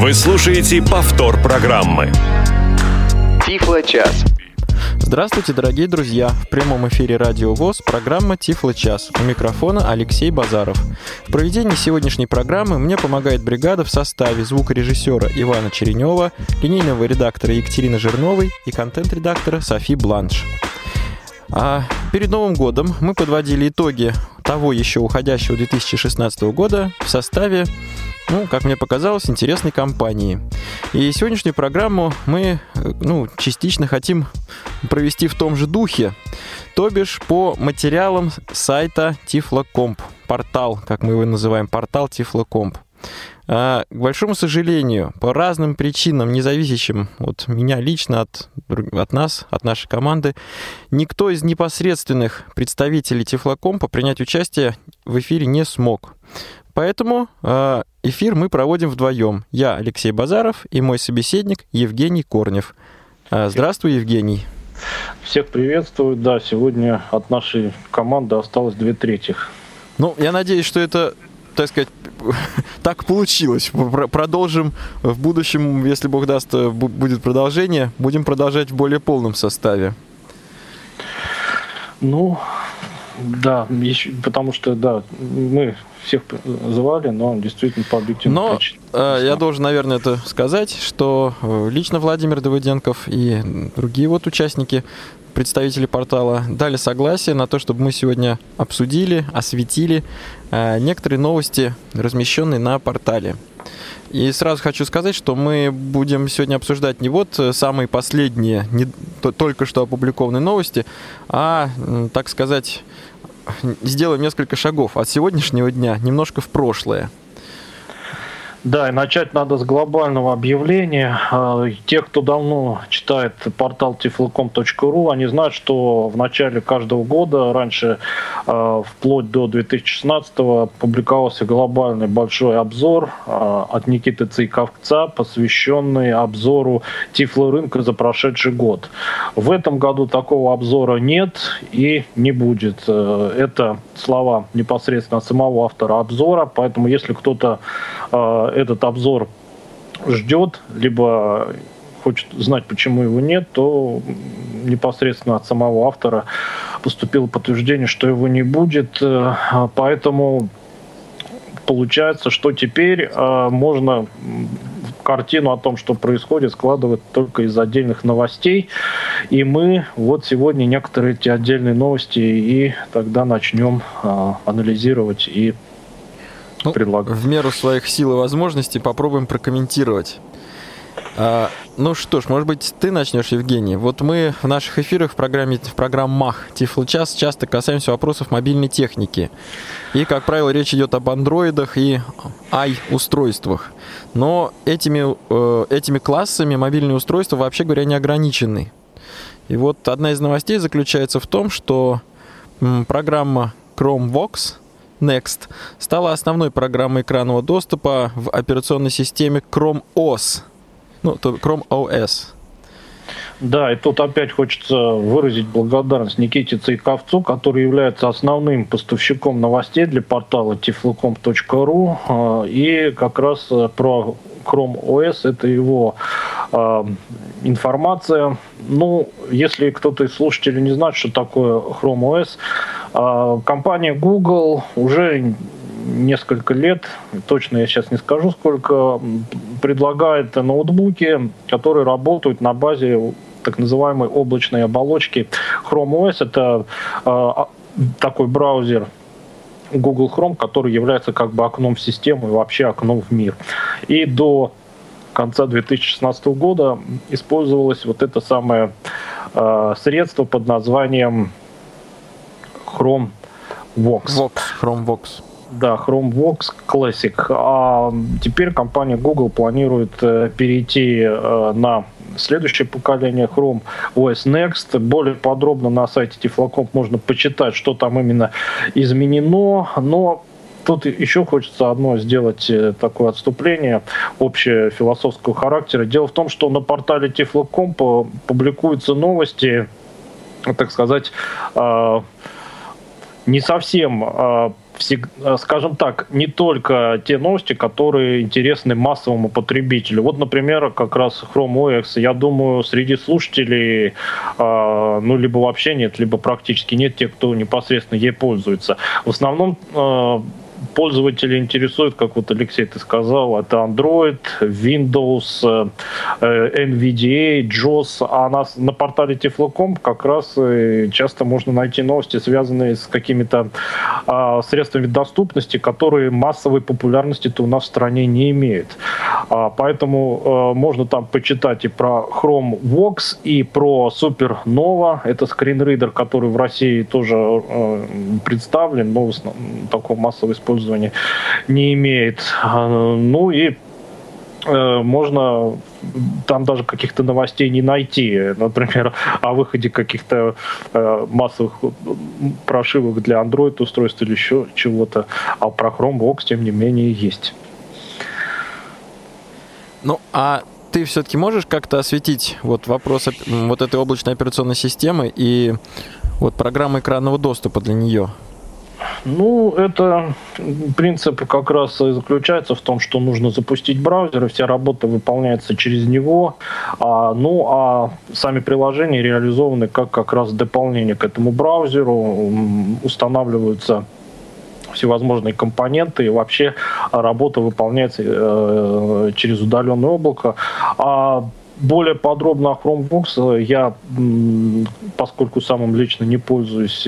Вы слушаете повтор программы. Тифло-час. Здравствуйте, дорогие друзья! В прямом эфире Радио ВОС программа «Тифло-час». У микрофона Алексей Базаров. В проведении сегодняшней программы мне помогает бригада в составе звукорежиссера Ивана Черенева, линейного редактора Екатерины Жирновой и контент-редактора Софи Бланш. Перед Новым годом мы подводили итоги того еще уходящего 2016 года в составе, как мне показалось, интересной компании. И сегодняшнюю программу мы, частично хотим провести в том же духе, то бишь по материалам сайта Тифлокомп, портал, как мы его называем, портал Тифлокомп. К большому сожалению, по разным причинам, не зависящим от меня лично, от нас, от нашей команды, никто из непосредственных представителей Тифлокомпа принять участие в эфире не смог. Поэтому эфир мы проводим вдвоем. Я, Алексей Базаров, и мой собеседник Евгений Корнев. Здравствуй, Евгений. Всех приветствую. Да, сегодня от нашей команды осталось 2/3. Я надеюсь, что это, так сказать, так получилось. Продолжим в будущем, если Бог даст, будет продолжение. Будем продолжать в более полном составе. Да, потому что, мы всех звали, но действительно по объективным причинам. Я должен, наверное, это сказать, что лично Владимир Давыденков и другие участники, представители портала, дали согласие на то, чтобы мы сегодня обсудили, осветили некоторые новости, размещенные на портале. И сразу хочу сказать, что мы будем сегодня обсуждать не самые последние, только что опубликованные новости, а, так сказать, сделаем несколько шагов от сегодняшнего дня немножко в прошлое. Да, и начать надо с глобального объявления. Те, кто давно читает портал tiflocom.ru, они знают, что в начале каждого года, раньше вплоть до 2016-го, публиковался глобальный большой обзор от Никиты Цейковца, посвященный обзору тифлорынка за прошедший год. В этом году такого обзора нет и не будет. Это слова непосредственно самого автора обзора, поэтому если кто-то этот обзор ждет, либо хочет знать, почему его нет, то непосредственно от самого автора поступило подтверждение, что его не будет. Поэтому получается, что теперь можно картину о том, что происходит, складывать только из отдельных новостей. И мы сегодня некоторые эти отдельные новости и тогда начнем анализировать и предлагаю. В меру своих сил и возможностей попробуем прокомментировать. Что ж, может быть, ты начнешь, Евгений. Мы в наших эфирах в программах Тифло-час часто касаемся вопросов мобильной техники. И, как правило, речь идет об андроидах и i-устройствах. Но этими классами мобильные устройства, вообще говоря, не ограничены. И одна из новостей заключается в том, что программа ChromeVox Next стала основной программой экранного доступа в операционной системе Chrome OS. Chrome OS. Да, и тут опять хочется выразить благодарность Никите Цейковцу, который является основным поставщиком новостей для портала tiflocom.ru. И как раз про Chrome OS это его информация. Если кто-то из слушателей не знает, что такое Chrome OS, компания Google уже несколько лет, точно я сейчас не скажу сколько, предлагает ноутбуки, которые работают на базе так называемой облачной оболочки. Chrome OS это такой браузер Google Chrome, который является как бы окном в систему и вообще окном в мир. И до конца 2016 года использовалось это самое средство под названием ChromeVox. ChromeVox. Да, ChromeVox Classic. А теперь компания Google планирует перейти на следующее поколение Chrome OS Next. Более подробно на сайте Tiflocom можно почитать, что там именно изменено. Но тут еще хочется одно сделать такое отступление общее философского характера. Дело в том, что на портале Tiflocom публикуются новости, так сказать, не совсем скажем так, не только те новости, которые интересны массовому потребителю. Вот, например, как раз Chrome OS, я думаю, среди слушателей либо вообще нет, либо практически нет тех, кто непосредственно ей пользуется. В основном пользователи интересуют, как вот Алексей ты сказал, это Android, Windows, NVDA, JAWS, а на портале Tiflo.com как раз часто можно найти новости, связанные с какими-то средствами доступности, которые массовой популярности-то у нас в стране не имеют. Поэтому можно там почитать и про Chrome Vox, и про Supernova, это скринридер, который в России тоже представлен, но такого массового использования не имеет. Ну и можно там даже каких-то новостей не найти. Например, о выходе каких-то массовых прошивок для Android устройств или еще чего-то. А про Chrome Vox, тем не менее, есть. Ну, а ты все-таки можешь как-то осветить вот вопрос вот этой облачной операционной системы и вот программы экранного доступа для нее? Ну, это принцип как раз и заключается в том, что нужно запустить браузер, и вся работа выполняется через него. А сами приложения реализованы как раз дополнение к этому браузеру, устанавливаются всевозможные компоненты, и вообще работа выполняется через удаленное облако. Более подробно о Chrome Vox я, поскольку сам лично не пользуюсь,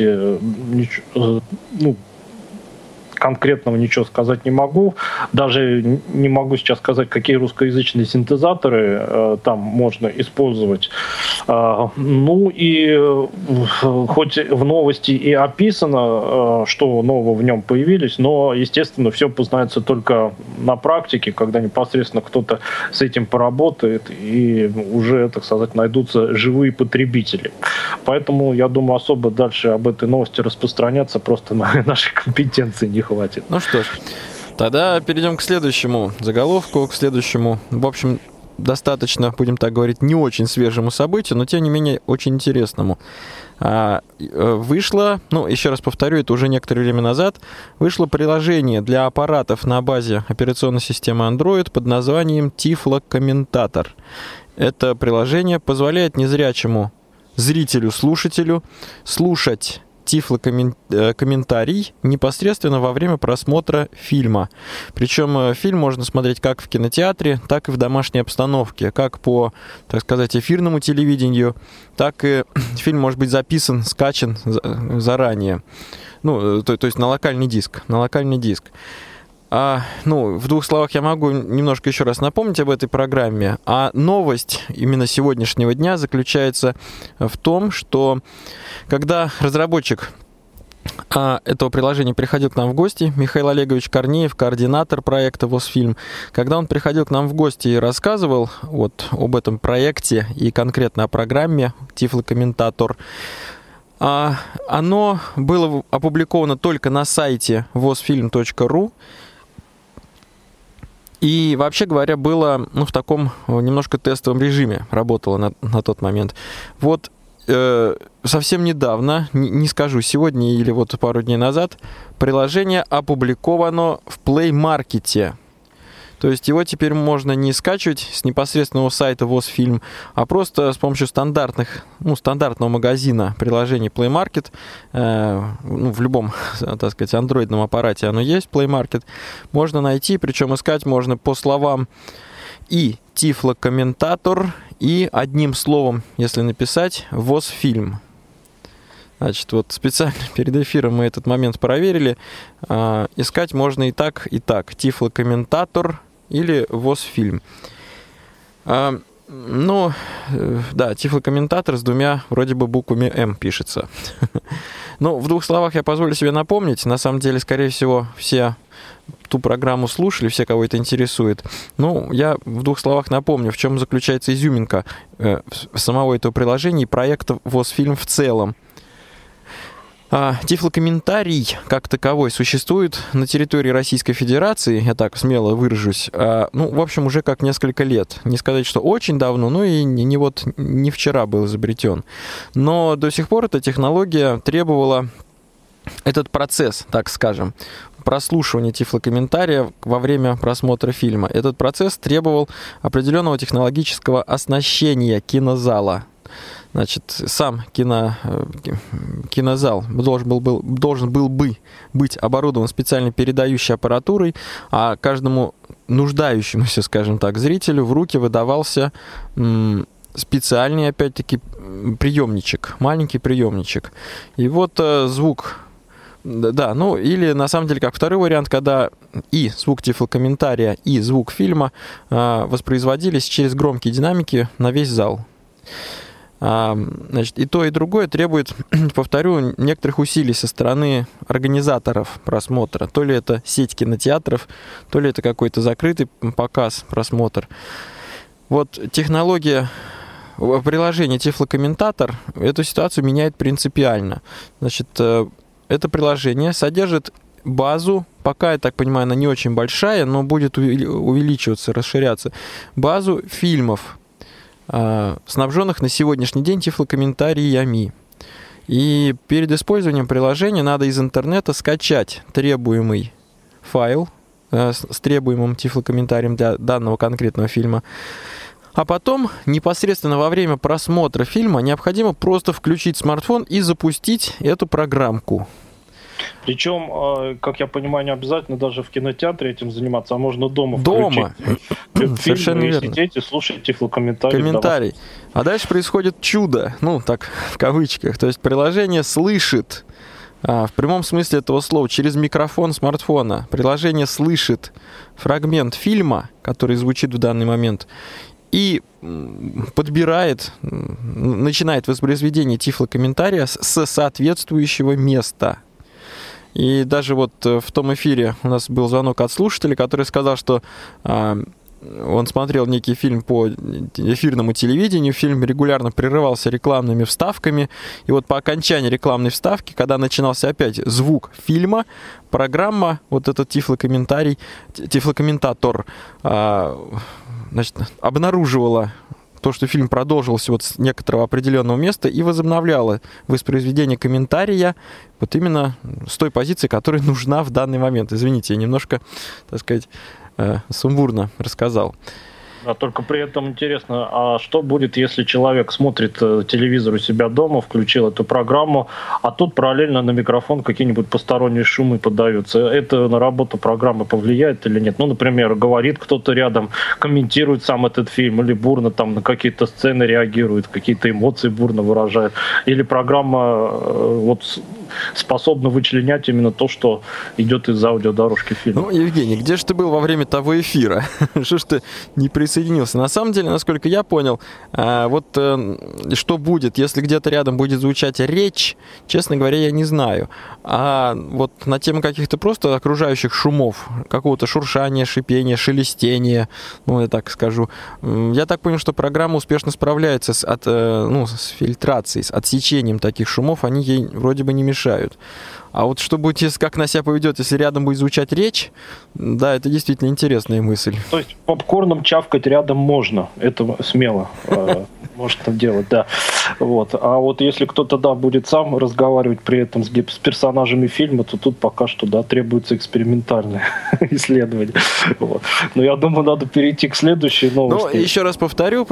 конкретного ничего сказать не могу. Даже не могу сейчас сказать, какие русскоязычные синтезаторы там можно использовать. Ну и хоть в новости и описано, что нового в нем появились, но, естественно, все познается только на практике, когда непосредственно кто-то с этим поработает, и уже, так сказать, найдутся живые потребители. Поэтому, я думаю, особо дальше об этой новости распространяться просто на нашей компетенции не хватит. Ну что ж, тогда перейдем к следующему заголовку, к следующему, в общем, достаточно, будем так говорить, не очень свежему событию, но тем не менее очень интересному. Вышло, еще раз повторю, это уже некоторое время назад, вышло приложение для аппаратов на базе операционной системы Android под названием Tiflo Комментатор. Это приложение позволяет незрячему зрителю, слушателю слушать тифлокомментарий непосредственно во время просмотра фильма. Причем фильм можно смотреть как в кинотеатре, так и в домашней обстановке, как по, так сказать, эфирному телевидению, так и фильм может быть записан, скачан заранее. То есть на локальный диск. В двух словах я могу немножко еще раз напомнить об этой программе. А новость именно сегодняшнего дня заключается в том, что когда разработчик этого приложения приходил к нам в гости, Михаил Олегович Корнеев, координатор проекта ВОС-фильм, когда он приходил к нам в гости и рассказывал об этом проекте и конкретно о программе Tiflo Комментатор, оно было опубликовано только на сайте vosfilm.ru. И, вообще говоря, было в таком немножко тестовом режиме, работало на тот момент. Совсем недавно, не скажу, сегодня или пару дней назад, приложение опубликовано в Play Market. То есть его теперь можно не скачивать с непосредственного сайта ВОС-фильм, а просто с помощью стандартного магазина приложений Play Market. В любом, так сказать, андроидном аппарате оно есть, Play Market. Можно найти, причем искать можно по словам и Tiflo Комментатор, и одним словом, если написать, ВОС-фильм. Значит, специально перед эфиром мы этот момент проверили. Искать можно и так, и так. Tiflo Комментатор или ВОС-фильм. Да, Tiflo Комментатор с двумя вроде бы буквами М пишется. В двух словах я позволю себе напомнить. На самом деле, скорее всего, все ту программу слушали, все, кого это интересует. Я в двух словах напомню, в чем заключается изюминка самого этого приложения и проекта ВОС-фильм в целом. Тифлокомментарий как таковой существует на территории Российской Федерации, я так смело выражусь, в общем, уже как несколько лет. Не сказать, что очень давно, и не вчера был изобретен. Но до сих пор эта технология требовала этот процесс, так скажем, прослушивания тифлокомментария во время просмотра фильма, этот процесс требовал определенного технологического оснащения кинозала. Значит, сам кинозал должен был бы быть оборудован специальной передающей аппаратурой, а каждому нуждающемуся, скажем так, зрителю в руки выдавался специальный, опять-таки, приемничек, маленький приемничек. И вот звук... Да, ну или на самом деле как второй вариант, когда и звук тифлокомментария, и звук фильма воспроизводились через громкие динамики на весь зал. Значит, и то, и другое требует, повторю, некоторых усилий со стороны организаторов просмотра. То ли это сеть кинотеатров, то ли это какой-то закрытый показ, просмотр. Вот технология приложения Тифлокомментатор эту ситуацию меняет принципиально. Значит, это приложение содержит базу, пока, я так понимаю, она не очень большая, но будет увеличиваться, расширяться, базу фильмов, снабженных на сегодняшний день тифлокомментариями. И перед использованием приложения надо из интернета скачать требуемый файл с требуемым тифлокомментарием для данного конкретного фильма. А потом, непосредственно во время просмотра фильма, необходимо просто включить смартфон и запустить эту программку. Причем, как я понимаю, не обязательно даже в кинотеатре этим заниматься, а можно дома включить совершенно фильм, верно. И сидеть и слушать тифлокомментарий. Комментарий. А дальше происходит чудо, ну так, в кавычках. То есть приложение слышит, в прямом смысле этого слова, через микрофон смартфона, приложение слышит фрагмент фильма, который звучит в данный момент, и подбирает, начинает воспроизведение тифлокомментария с соответствующего места. И даже вот в том эфире у нас был звонок от слушателя, который сказал, что он смотрел некий фильм по эфирному телевидению, фильм регулярно прерывался рекламными вставками, и вот по окончании рекламной вставки, когда начинался опять звук фильма, программа, вот этот тифлокомментатор, значит, обнаруживала то, что фильм продолжился вот с некоторого определенного места и возобновляла воспроизведение комментария вот именно с той позиции, которая нужна в данный момент. Извините, я немножко, так сказать, сумбурно рассказал. А только при этом интересно, а что будет, если человек смотрит телевизор у себя дома, включил эту программу, а тут параллельно на микрофон какие-нибудь посторонние шумы подаются? Это на работу программы повлияет или нет? Ну, например, говорит кто-то рядом, комментирует сам этот фильм, или бурно там на какие-то сцены реагирует, какие-то эмоции бурно выражает. Или программа вот способна вычленять именно то, что идет из аудиодорожки фильма. Ну, Евгений, где же ты был во время того эфира? Что ж ты не присоединился? На самом деле, насколько я понял, вот что будет, если где-то рядом будет звучать речь, честно говоря, я не знаю. А вот на тему каких-то просто окружающих шумов, какого-то шуршания, шипения, шелестения, ну, я так скажу, я так понял, что программа успешно справляется с фильтрацией, с отсечением таких шумов, они ей вроде бы не мешают. А вот что будет, как она себя поведет, если рядом будет звучать речь, да, это действительно интересная мысль. То есть попкорном чавкать рядом можно, это смело можно делать, да. Вот. А вот если кто-то, да, будет сам разговаривать при этом с персонажами фильма, то тут пока что, да, требуется экспериментальное исследование. Вот. Но я думаю, надо перейти к следующей новости. Ну, еще раз повторю,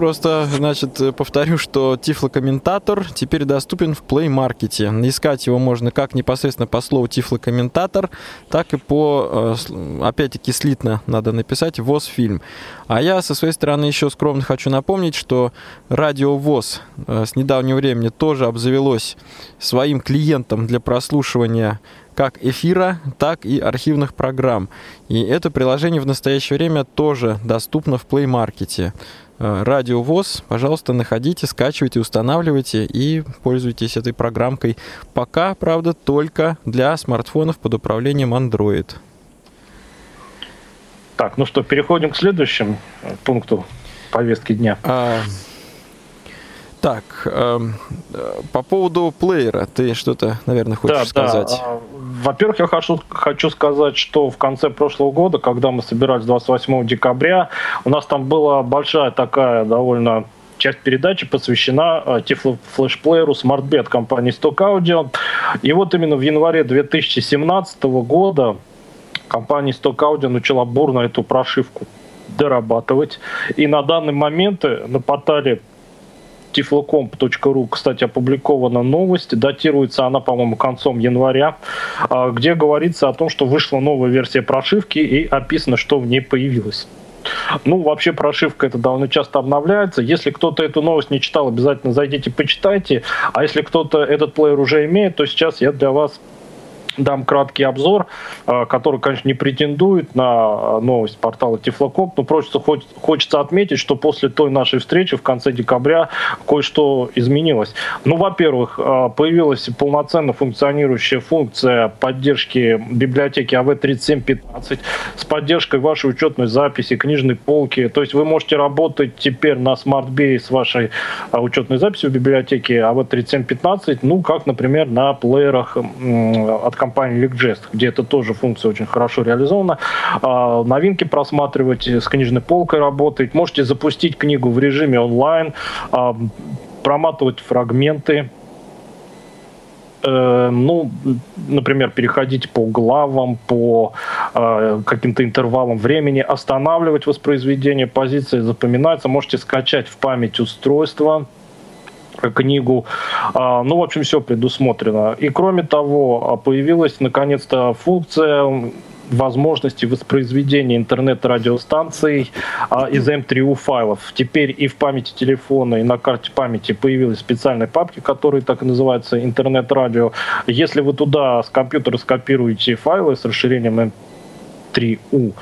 что Тифлокомментатор теперь доступен в Play Market. Искать его можно как непосредственно по слову Тифлокомментатор, так и по, опять-таки, слитно надо написать ВОЗ-фильм. А я со своей стороны еще скромно хочу напомнить, что Радио ВОЗ с недавнего времени тоже обзавелось своим клиентом для прослушивания как эфира, так и архивных программ. И это приложение в настоящее время тоже доступно в Play Market. Радио ВОЗ, пожалуйста, находите, скачивайте, устанавливайте и пользуйтесь этой программкой. Пока, правда, только для смартфонов под управлением Android. Так, ну что, переходим к следующему пункту повестки дня. Так, по поводу плеера ты что-то, наверное, хочешь сказать? Да. Во-первых, я хочу сказать, что в конце прошлого года, когда мы собирались 28 декабря, у нас там была большая такая довольно часть передачи посвящена тифлофлешплееру SmartB от компании Stock Audio. И вот именно в январе 2017 года компания Stock Audio начала бурно эту прошивку дорабатывать. И на данный момент на портале tiflocomp.ru, кстати, опубликована новость. Датируется она, по-моему, концом января, где говорится о том, что вышла новая версия прошивки и описано, что в ней появилось. Ну, вообще прошивка это довольно часто обновляется. Если кто-то эту новость не читал, обязательно зайдите, почитайте. А если кто-то этот плеер уже имеет, то сейчас я для вас дам краткий обзор, который, конечно, не претендует на новость портала Tiflocomp, но просто хочется отметить, что после той нашей встречи в конце декабря кое-что изменилось. Ну, во-первых, появилась полноценно функционирующая функция поддержки библиотеки AV3715 с поддержкой вашей учетной записи, книжной полки. То есть вы можете работать теперь на SmartB с вашей учетной записью в библиотеке AV3715, ну, как, например, на плеерах от компании LickJest, где эта тоже функция очень хорошо реализована. Новинки просматривать, с книжной полкой работать. Можете запустить книгу в режиме онлайн, проматывать фрагменты. Ну, например, переходить по главам, по каким-то интервалам времени, останавливать воспроизведение позиции, запоминается. Можете скачать в память устройства книгу. Ну, в общем, все предусмотрено. И кроме того, появилась наконец-то функция возможности воспроизведения интернет-радиостанций из M3U файлов. Теперь и в памяти телефона, и на карте памяти появились специальные папки, которые так и называются интернет-радио. Если вы туда с компьютера скопируете файлы с расширением M3U,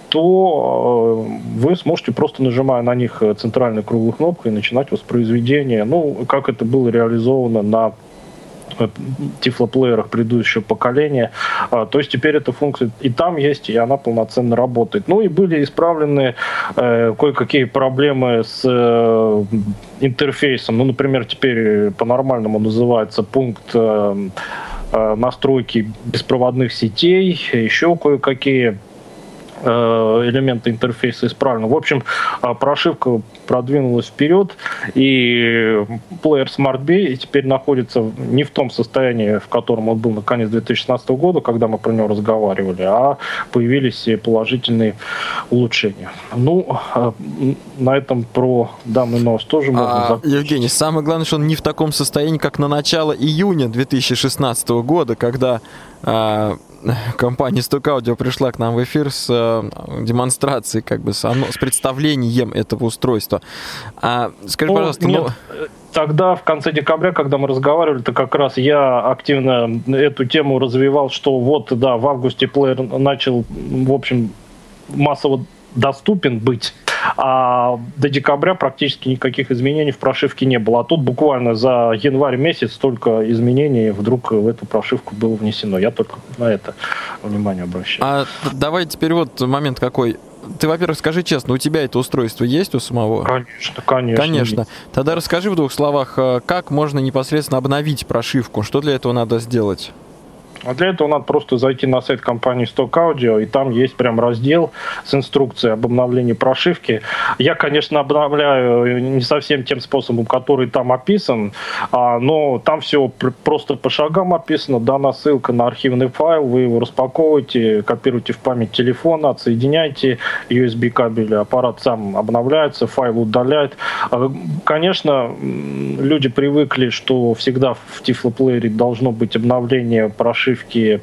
то вы сможете, просто нажимая на них центральной круглой кнопкой, начинать воспроизведение. Ну, как это было реализовано на тифлоплеерах предыдущего поколения. То есть теперь эта функция и там есть, и она полноценно работает. Ну и были исправлены кое-какие проблемы с интерфейсом. Ну, например, теперь по-нормальному называется пункт настройки беспроводных сетей, еще кое-какие элементы интерфейса исправлены. В общем, прошивка продвинулась вперед, и плеер SmartB теперь находится не в том состоянии, в котором он был на конец 2016 года, когда мы про него разговаривали, а появились положительные улучшения. Ну, на этом про данную новость тоже можно закончить. Евгений, самое главное, что он не в таком состоянии, как на начало июня 2016 года, когда компания Stock Audio пришла к нам в эфир с демонстрацией, как бы с представлением этого устройства. Скажи, пожалуйста, нет, тогда, в конце декабря, когда мы разговаривали, то как раз я активно эту тему развивал, что вот, да, в августе плеер начал, в общем, массово доступен быть, а до декабря практически никаких изменений в прошивке не было. А тут буквально за январь месяц столько изменений вдруг в эту прошивку было внесено. Я только на это внимание обращаю. Давай теперь вот момент какой. Ты, во-первых, скажи честно, у тебя это устройство есть у самого? Конечно. Есть. Тогда расскажи в двух словах, как можно непосредственно обновить прошивку, что для этого надо сделать? А для этого надо просто зайти на сайт компании Stock Audio, и там есть прям раздел с инструкцией об обновлении прошивки. Я, конечно, обновляю не совсем тем способом, который там описан, но там все просто по шагам описано. Дана ссылка на архивный файл, вы его распаковываете, копируете в память телефона, отсоединяете USB кабель, аппарат сам обновляется, файл удаляет. Конечно, люди привыкли, что всегда в тифлоплеере должно быть обновление прошивки,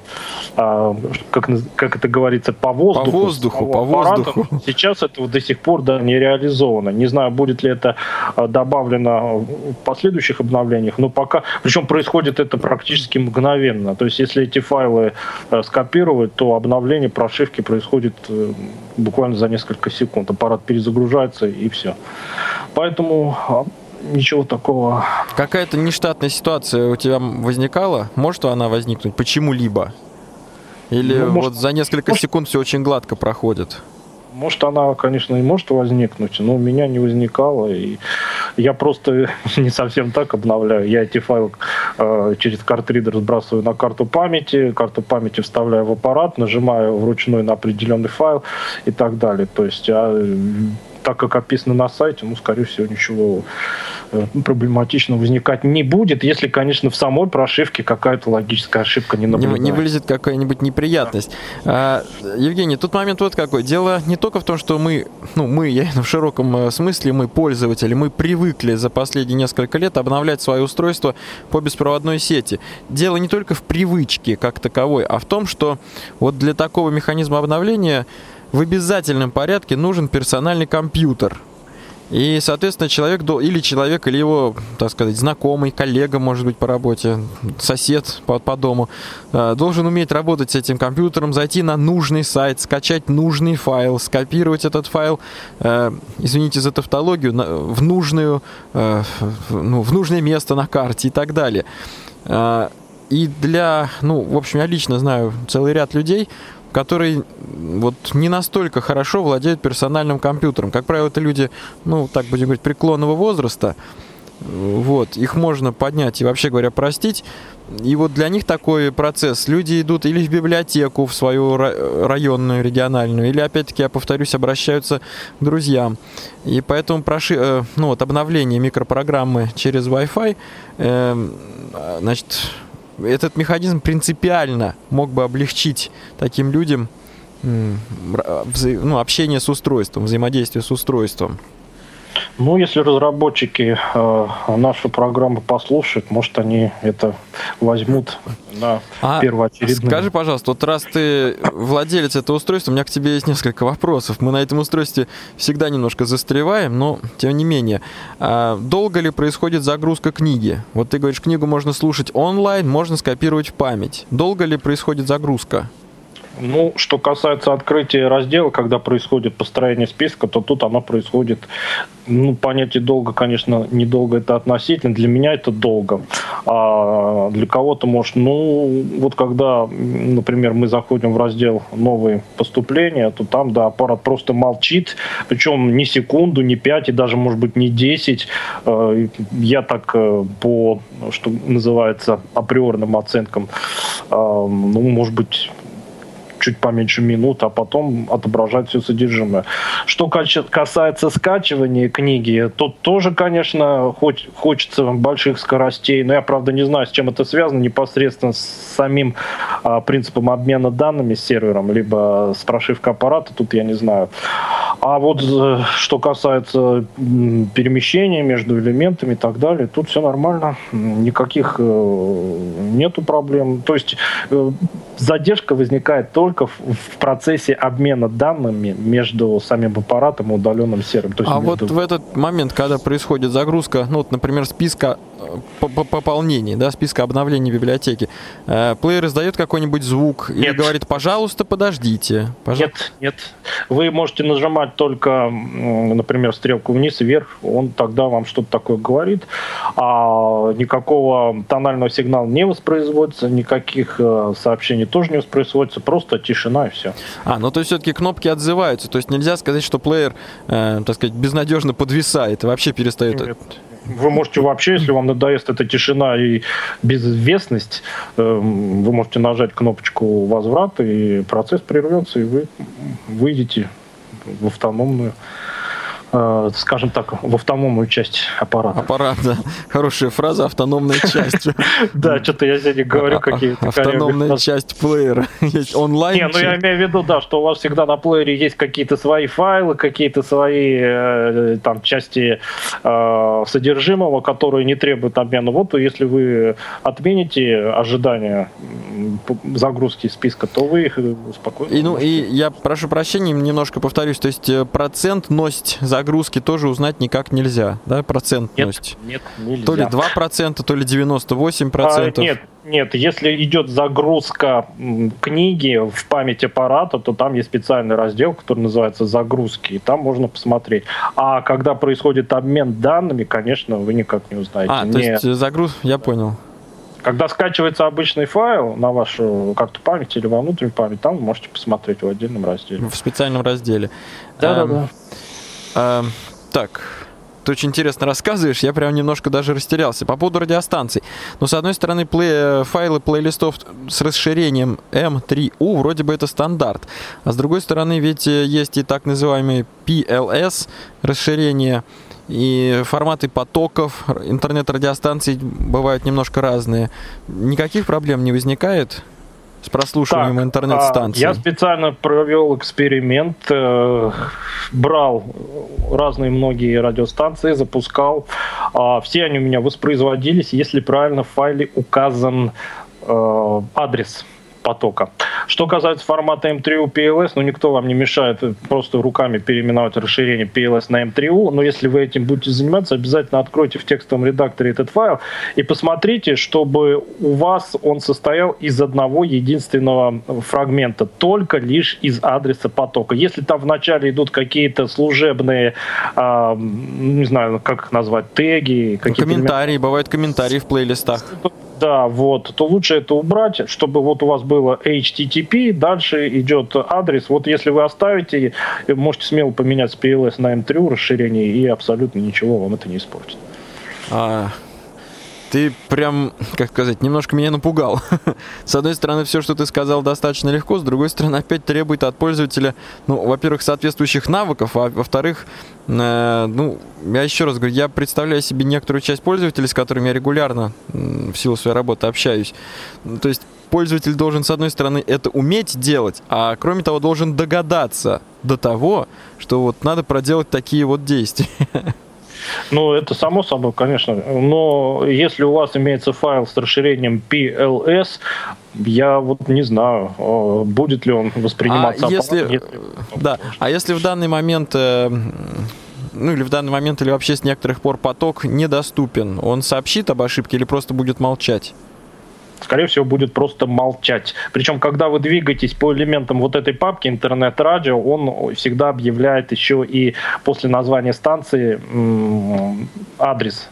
как это говорится, по воздуху. Сейчас этого до сих пор не реализовано. Не знаю, будет ли это добавлено в последующих обновлениях, но пока... Причем происходит это практически мгновенно. То есть, если эти файлы скопировать, то обновление прошивки происходит буквально за несколько секунд. Аппарат перезагружается, и все. Поэтому... Ничего такого. Какая-то нештатная ситуация у тебя возникала? Может она возникнуть почему-либо? Или вот за несколько секунд все очень гладко проходит? Может, она, конечно, и может возникнуть, но у меня не возникало. И я просто не совсем так обновляю. Я эти файлы через картридер сбрасываю на карту памяти вставляю в аппарат, нажимаю вручную на определенный файл и так далее. То есть так как описано на сайте, скорее всего, ничего проблематичного возникать не будет, если, конечно, в самой прошивке какая-то логическая ошибка не наблюдается. Не вылезет какая-нибудь неприятность. Евгений, тут момент вот какой. Дело не только в том, что мы, я в широком смысле, мы пользователи, мы привыкли за последние несколько лет обновлять свое устройство по беспроводной сети. Дело не только в привычке как таковой, а в том, что вот для такого механизма обновления в обязательном порядке нужен персональный компьютер. И, соответственно, человек или его, так сказать, знакомый, коллега, может быть, по работе, сосед по дому, должен уметь работать с этим компьютером, зайти на нужный сайт, скачать нужный файл, скопировать этот файл, извините за тавтологию, в нужное место на карте и так далее. И в общем, я лично знаю целый ряд людей, которые вот не настолько хорошо владеют персональным компьютером. Как правило, это люди, так будем говорить, преклонного возраста. Вот, их можно поднять и, вообще говоря, простить. И вот для них такой процесс. Люди идут или в библиотеку, в свою районную, региональную, или, опять-таки, я повторюсь, обращаются к друзьям. И поэтому обновление микропрограммы через Wi-Fi, этот механизм принципиально мог бы облегчить таким людям общение с устройством, взаимодействие с устройством. Если разработчики нашу программу послушают, может, они это возьмут на первоочередное. Скажи, пожалуйста, вот раз ты владелец этого устройства, у меня к тебе есть несколько вопросов. Мы на этом устройстве всегда немножко застреваем, но тем не менее. Долго ли происходит загрузка книги? Вот ты говоришь, книгу можно слушать онлайн, можно скопировать в память. Долго ли происходит загрузка? Что касается открытия раздела, когда происходит построение списка, то тут оно происходит, понятие долго, конечно, недолго это относительно, для меня это долго. А для кого-то может, когда, например, мы заходим в раздел «Новые поступления», то там, аппарат просто молчит, причем ни секунду, ни 5, и даже, может быть, не 10. Я так по, что называется, априорным оценкам, может быть, чуть поменьше минут, а потом отображать все содержимое. Что касается скачивания книги, тут тоже, конечно, хочется больших скоростей, но я, правда, не знаю, с чем это связано, непосредственно с самим принципом обмена данными с сервером, либо с прошивкой аппарата, тут я не знаю. А вот что касается перемещения между элементами и так далее, тут все нормально, никаких нету проблем. То есть задержка возникает только в процессе обмена данными между самим аппаратом и удаленным сервером. То есть вот в этот момент, когда происходит загрузка, например, списка пополнений, списка обновлений библиотеки, плеер издает какой-нибудь звук или говорит, пожалуйста, подождите. Нет. Вы можете нажимать только, например, стрелку вниз и вверх, он тогда вам что-то такое говорит, а никакого тонального сигнала не воспроизводится, никаких сообщений тоже не воспроизводится, просто тишина и все. То есть все-таки кнопки отзываются, то есть нельзя сказать, что плеер, так сказать, безнадежно подвисает и вообще перестает... Нет. Вы можете вообще, если вам надоест эта тишина и безвестность, вы можете нажать кнопочку «Возврат», и процесс прервется, и вы выйдете в автономную, скажем так, в автономную часть аппарата. Аппарат, да. Хорошая фраза, автономная часть. Да, что-то я сегодня говорю какие-то... Автономная часть плеера. Есть онлайн. Я имею в виду, что у вас всегда на плеере есть какие-то свои файлы, какие-то свои там части содержимого, которые не требуют обмена. Вот если вы отмените ожидания загрузки списка, то вы их спокойно... И я прошу прощения, немножко повторюсь, то есть процентность загрузки тоже узнать никак нельзя, да, процентность? Нет, нельзя. То ли 2%, то ли 98%. Нет, если идет загрузка книги в память аппарата, то там есть специальный раздел, который называется «Загрузки», и там можно посмотреть. А когда происходит обмен данными, конечно, вы никак не узнаете. То есть загрузка, я понял. Когда скачивается обычный файл на вашу карту памяти или во внутреннюю память, там вы можете посмотреть в отдельном разделе. В специальном разделе. Да. Так, ты очень интересно рассказываешь, я прям немножко даже растерялся. По поводу радиостанций. Но, с одной стороны, файлы плейлистов с расширением M3U вроде бы это стандарт. А с другой стороны, ведь есть и так называемый PLS расширение, и форматы потоков интернет-радиостанций бывают немножко разные. Никаких проблем не возникает с прослушиванием интернет-станций? Я специально провел эксперимент, брал разные многие радиостанции, запускал. Все они у меня воспроизводились, если правильно в файле указан адрес потока. Что касается формата M3U PLS, никто вам не мешает просто руками переименовать расширение PLS на M3U, но если вы этим будете заниматься, обязательно откройте в текстовом редакторе этот файл и посмотрите, чтобы у вас он состоял из одного единственного фрагмента, только лишь из адреса потока. Если там вначале идут какие-то служебные, не знаю, как их назвать, теги, какие-то комментарии, бывают комментарии в плейлистах. Да, то лучше это убрать, чтобы у вас было HTTP, дальше идет адрес. Если вы оставите, можете смело поменять с PLS на M3U расширение, и абсолютно ничего вам это не испортит. Ты прям, как сказать, немножко меня напугал. С одной стороны, все, что ты сказал, достаточно легко, с другой стороны, опять требует от пользователя, во-первых, соответствующих навыков, а во-вторых, я еще раз говорю, я представляю себе некоторую часть пользователей, с которыми я регулярно в силу своей работы общаюсь. То есть пользователь должен, с одной стороны, это уметь делать, а кроме того, должен догадаться до того, что надо проделать такие действия. Это само собой, конечно. Но если у вас имеется файл с расширением PLS, я не знаю, будет ли он восприниматься. А если в данный момент, или вообще с некоторых пор поток недоступен, он сообщит об ошибке или просто будет молчать? Скорее всего, будет просто молчать. Причем, когда вы двигаетесь по элементам этой папки интернет-радио, он всегда объявляет еще и после названия станции адрес.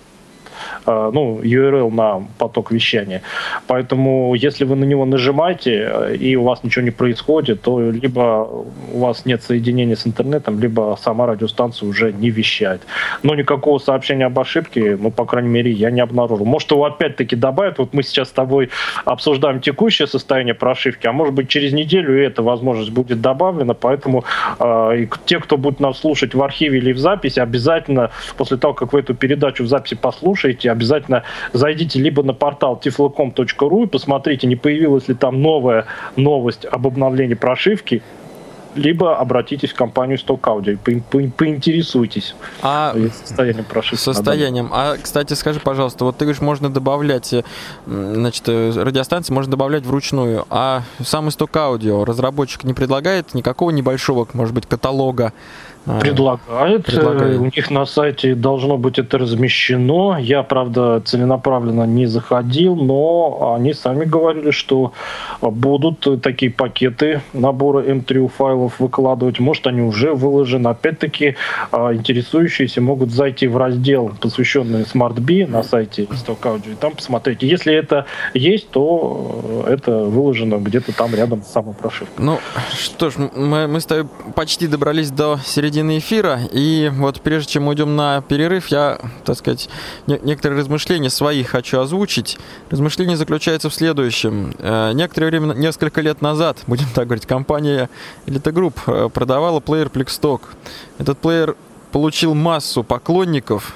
URL на поток вещания. Поэтому, если вы на него нажимаете, и у вас ничего не происходит, то либо у вас нет соединения с интернетом, либо сама радиостанция уже не вещает. Но никакого сообщения об ошибке, по крайней мере, я не обнаружил. Может, его опять-таки добавят. Мы сейчас с тобой обсуждаем текущее состояние прошивки, а может быть, через неделю эта возможность будет добавлена. Поэтому те, кто будет нас слушать в архиве или в записи, обязательно после того, как вы эту передачу в записи послушаете, обязательно зайдите либо на портал tiflocom.ru и посмотрите, не появилась ли там новая новость об обновлении прошивки, либо обратитесь в компанию Stock Audio и поинтересуйтесь состоянием прошивки. Кстати, скажи, пожалуйста, ты говоришь, можно добавлять, радиостанции можно добавлять вручную, а сам Stock Audio разработчик не предлагает никакого небольшого, может быть, каталога? Предлагает. У них на сайте должно быть это размещено. Я, правда, целенаправленно не заходил, но они сами говорили, что будут такие пакеты набора M3U файлов выкладывать. Может, они уже выложены. Опять-таки, интересующиеся могут зайти в раздел, посвященный SmartBee на сайте Stock Audio, и там посмотреть. Если это есть, то это выложено где-то там рядом с самой прошивкой. Что ж, мы с тобой почти добрались до середины эфира, и прежде чем мы уйдем на перерыв, я, некоторые размышления свои хочу озвучить. Размышление заключается в следующем. Некоторое время, несколько лет назад, будем так говорить, компания Elite Group продавала плеер Plextalk. Этот плеер получил массу поклонников.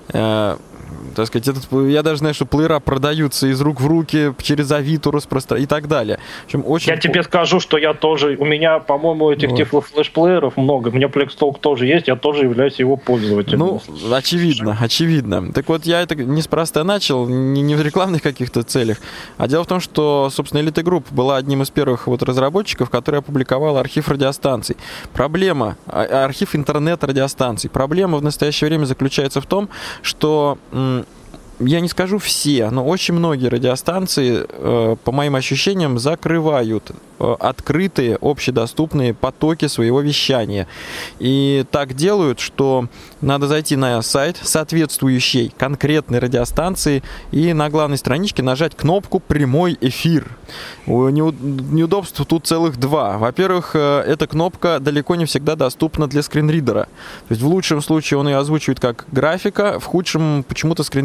Я даже знаю, что плеера продаются из рук в руки, через Авито и так далее. В общем, Я тебе скажу, что я тоже, у меня, по-моему, этих тифло-флеш-плееров много. У меня Plextalk тоже есть, я тоже являюсь его пользователем. Очевидно. Так я это неспроста начал, не в рекламных каких-то целях. А дело в том, что, собственно, Elite Group была одним из первых разработчиков, который опубликовал архив радиостанций. Архив интернет-радиостанций. Проблема в настоящее время заключается в том, что я не скажу все, но очень многие радиостанции, по моим ощущениям, закрывают открытые, общедоступные потоки своего вещания. И так делают, что надо зайти на сайт соответствующей конкретной радиостанции и на главной страничке нажать кнопку «Прямой эфир». Неудобств тут целых два. Во-первых, эта кнопка далеко не всегда доступна для скринридера. То есть в лучшем случае он ее озвучивает как графика, в худшем почему-то скринридер может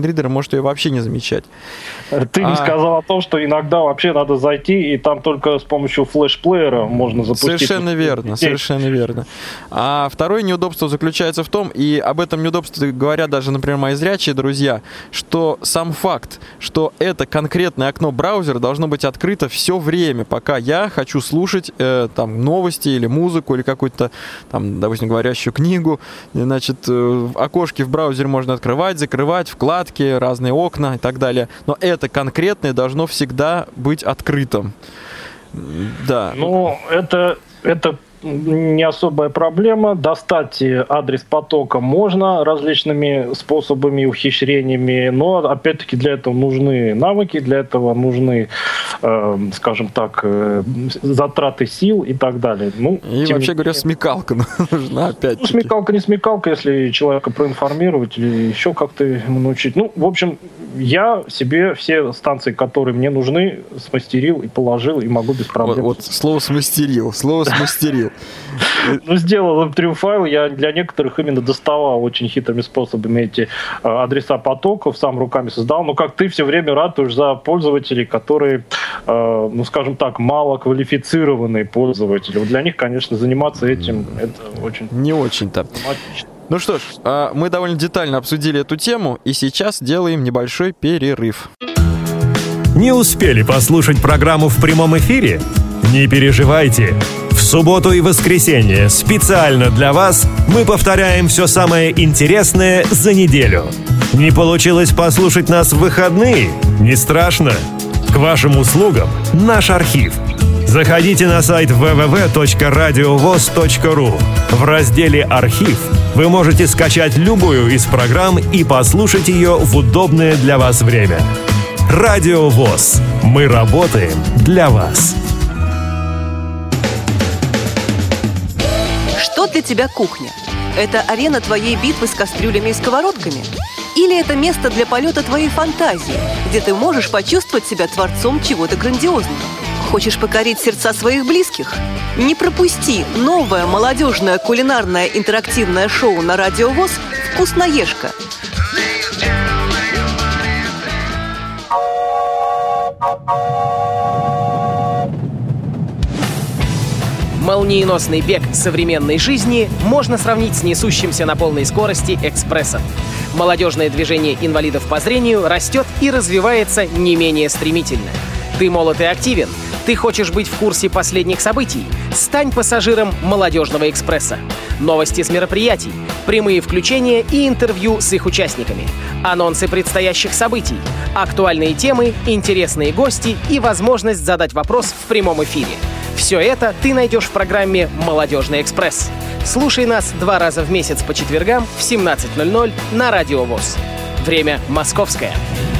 может ее вообще не замечать. Ты не сказал о том, что иногда вообще надо зайти, и там только с помощью флеш-плеера можно запустить. Совершенно верно, совершенно верно. А второе неудобство заключается в том, и об этом неудобстве говорят даже, например, мои зрячие друзья, что сам факт, что это конкретное окно браузера должно быть открыто все время, пока я хочу слушать там новости или музыку, или какую-то там, допустим, говорящую книгу. Значит, окошки в браузере можно открывать, закрывать, вкладки, разные окна и так далее. Но это конкретное должно всегда быть открытым. Да. Ну, это не особая проблема. Достать адрес потока можно различными способами, ухищрениями, но, опять-таки, для этого нужны навыки, для этого нужны, скажем так, затраты сил и так далее. Ну, и вообще говоря, смекалка нужна, опять-таки. Ну, смекалка не смекалка, если человека проинформировать или еще как-то ему научить. Ну, в общем, я себе все станции, которые мне нужны, смастерил и положил, и могу без проблем. Вот слово смастерил. Ну, сделал MP3 файл, я для некоторых именно доставал очень хитрыми способами эти адреса потоков, сам руками создал, но как ты все время ратуешь за пользователей, которые, ну, скажем так, мало квалифицированные пользователи. Вот для них, конечно, заниматься этим, это очень... Не очень-то. Ну что ж, мы довольно детально обсудили эту тему, и сейчас делаем небольшой перерыв. Не успели послушать программу в прямом эфире? Не переживайте. В субботу и воскресенье специально для вас мы повторяем все самое интересное за неделю. Не получилось послушать нас в выходные? Не страшно. К вашим услугам наш архив. Заходите на сайт www.radiovoz.ru. В разделе «Архив» вы можете скачать любую из программ и послушать ее в удобное для вас время. Радио ВОС. Мы работаем для вас. Что для тебя кухня? Это арена твоей битвы с кастрюлями и сковородками? Или это место для полета твоей фантазии, где ты можешь почувствовать себя творцом чего-то грандиозного? Хочешь покорить сердца своих близких? Не пропусти новое молодежное кулинарное интерактивное шоу на Радио ВОС «Вкусноежка». Молниеносный бег современной жизни можно сравнить с несущимся на полной скорости экспрессом. Молодежное движение инвалидов по зрению растет и развивается не менее стремительно. Ты молод и активен? Ты хочешь быть в курсе последних событий? Стань пассажиром «Молодежного экспресса». Новости с мероприятий, прямые включения и интервью с их участниками, анонсы предстоящих событий, актуальные темы, интересные гости и возможность задать вопрос в прямом эфире. Все это ты найдешь в программе «Молодежный экспресс». Слушай нас 2 раза в месяц по четвергам в 17:00 на Радио ВОС. Время московское.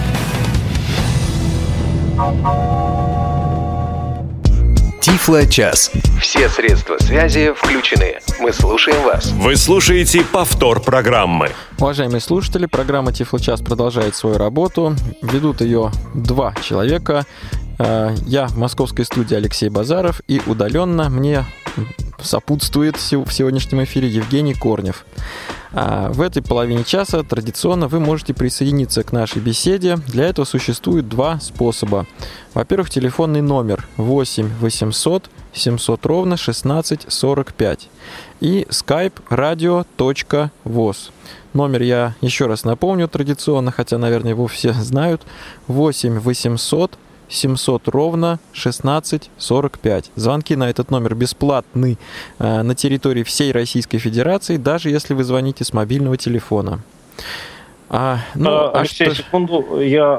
Тифло-час. Все средства связи включены. Мы слушаем вас. Вы слушаете повтор программы. Уважаемые слушатели, программа «Тифло-час» продолжает свою работу. Ведут ее 2 человека. Я в московской студии Алексей Базаров, и удаленно мне сопутствует в сегодняшнем эфире Евгений Корнев. В этой половине часа традиционно вы можете присоединиться к нашей беседе. Для этого существует 2 способа. Во-первых, телефонный номер 8 800 700 ровно 16 45 и skype radio.voz. Номер я еще раз напомню традиционно, хотя, наверное, его все знают. 8 800 700 ровно 16 45. Звонки на этот номер бесплатны на территории всей Российской Федерации, даже если вы звоните с мобильного телефона. Алексей, секунду, я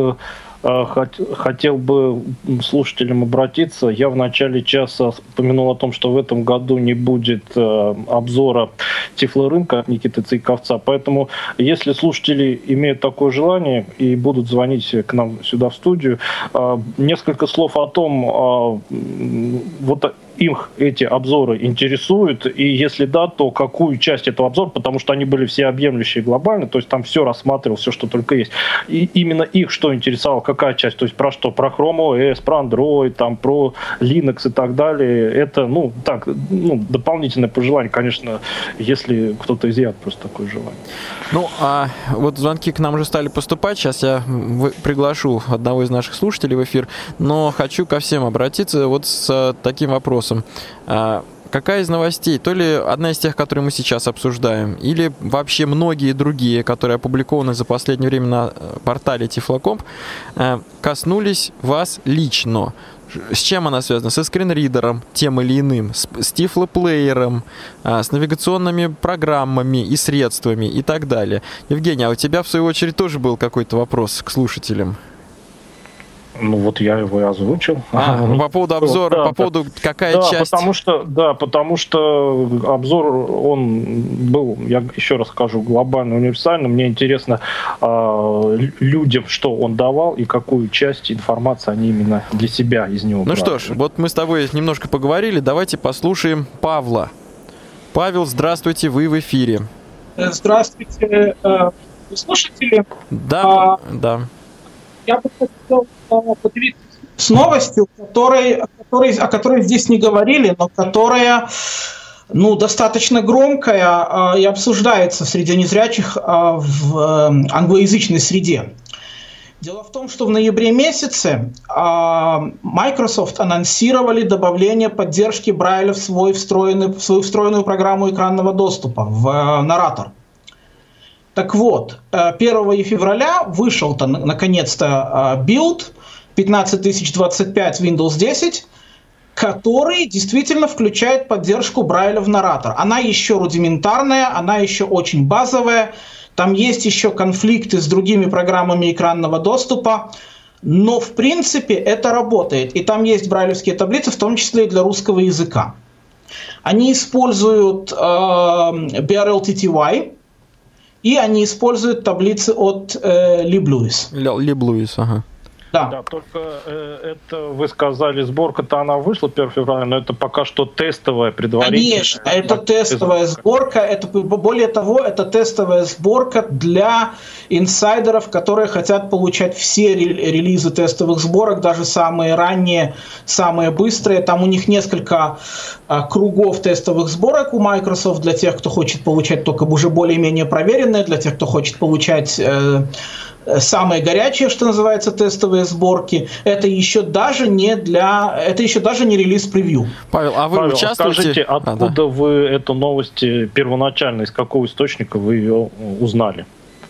хотел бы слушателям обратиться. Я в начале часа упомянул о том, что в этом году не будет обзора Тифлорынка от Никиты Цейковца. Поэтому, если слушатели имеют такое желание и будут звонить к нам сюда в студию, несколько слов о том, вот их эти обзоры интересуют, и если да, то какую часть этого обзора, потому что они были всеобъемлющие глобально, то есть там все рассматривал, все, что только есть. И именно их что интересовало, какая часть, то есть про что? Про Chrome OS, про Android, там, про Linux и так далее. Это, дополнительное пожелание, конечно, если кто-то изъявит просто такое желание. Ну, а вот звонки к нам уже стали поступать. Сейчас я приглашу одного из наших слушателей в эфир, но хочу ко всем обратиться вот с таким вопросом. Какая из новостей, то ли одна из тех, которые мы сейчас обсуждаем, или вообще многие другие, которые опубликованы за последнее время на портале Тифлокомп, коснулись вас лично? С чем она связана? Со скринридером тем или иным, с тифлоплеером, с навигационными программами и средствами и так далее. Евгений, а у тебя в свою очередь тоже был какой-то вопрос к слушателям? Ну вот я его и озвучил. По поводу обзора, да, по поводу какая часть... Потому что обзор, он был, я еще раз скажу, глобально универсальный. Мне интересно людям, что он давал и какую часть информации они именно для себя из него брали. Ну что ж, вот мы с тобой немножко поговорили, давайте послушаем Павла. Павел, здравствуйте, вы в эфире. Здравствуйте, слушатели. Да, да. Я бы хотел поделиться с новостью, о которой здесь не говорили, но которая достаточно громкая и обсуждается среди незрячих в англоязычной среде. Дело в том, что в ноябре месяце Microsoft анонсировали добавление поддержки Брайля в свою встроенную программу экранного доступа в Narrator. Так вот, 1 февраля вышел наконец-то билд 15025 Windows 10, который действительно включает поддержку Брайля в Narrator. Она еще рудиментарная, она еще очень базовая, там есть еще конфликты с другими программами экранного доступа, но в принципе это работает. И там есть брайлевские таблицы, в том числе и для русского языка. Они используют BRLTTY, и они используют таблицы от LibLouis. LibLouis, ага. Да, только это вы сказали, сборка-то она вышла 1 февраля, но это пока что тестовая, предварительная. Конечно, это тестовая сборка, более того, это тестовая сборка для инсайдеров, которые хотят получать все релизы тестовых сборок, даже самые ранние, самые быстрые. Там у них несколько кругов тестовых сборок у Microsoft для тех, кто хочет получать только уже более-менее проверенные, для тех, кто хочет получать самые горячие, что называется, тестовые сборки. Это еще даже не релиз-превью. Павел, а вы участвуете? Скажите, откуда вы эту новость первоначально, из какого источника вы ее узнали?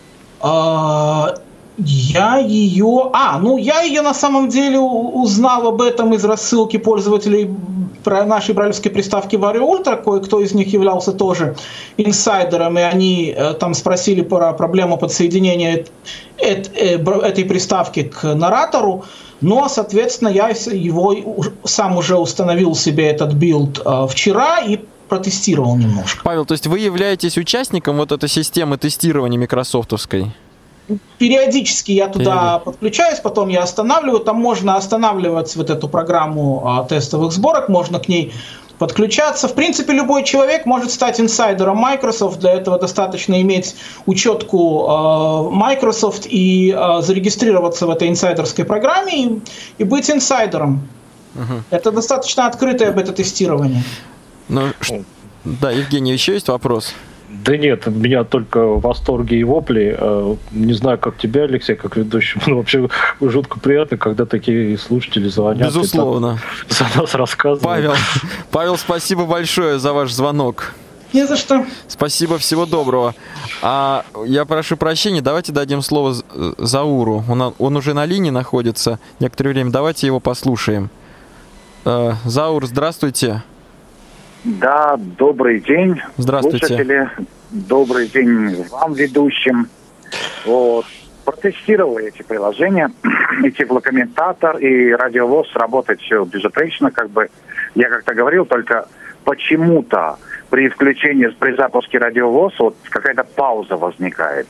Я ее на самом деле узнал об этом из рассылки пользователей нашей брайлевской приставки Vario Ultra. Кое-кто из них являлся тоже инсайдером, и они там спросили про проблему подсоединения этой приставки к Narrator. Ну, а, соответственно, я его сам уже установил себе этот билд вчера и протестировал немножко. Павел, то есть вы являетесь участником вот этой системы тестирования микрософтовской? Периодически я туда подключаюсь, потом я останавливаю. Там можно останавливать вот эту программу тестовых сборок, можно к ней подключаться. В принципе, любой человек может стать инсайдером Microsoft. Для этого достаточно иметь учетку Microsoft и зарегистрироваться в этой инсайдерской программе и быть инсайдером. Это достаточно открытое бета-тестирование. Да, Евгений, еще есть вопрос? Да нет, у меня только восторги и вопли. Не знаю, как тебе, Алексей, как ведущему. Вообще жутко приятно, когда такие слушатели звонят. Безусловно. И за нас рассказывают. Павел, спасибо большое за ваш звонок. Не за что. Спасибо, всего доброго. Я прошу прощения, давайте дадим слово Зауру. Он уже на линии находится некоторое время. Давайте его послушаем. Заур, здравствуйте. Да, добрый день, здравствуйте. Слушатели. Добрый день вам, ведущим. Протестировал эти приложения, и Тифлокомментатор, и Радиовоз, работает все безупречно, я как-то говорил, только почему-то при при запуске Радиовоз какая-то пауза возникает.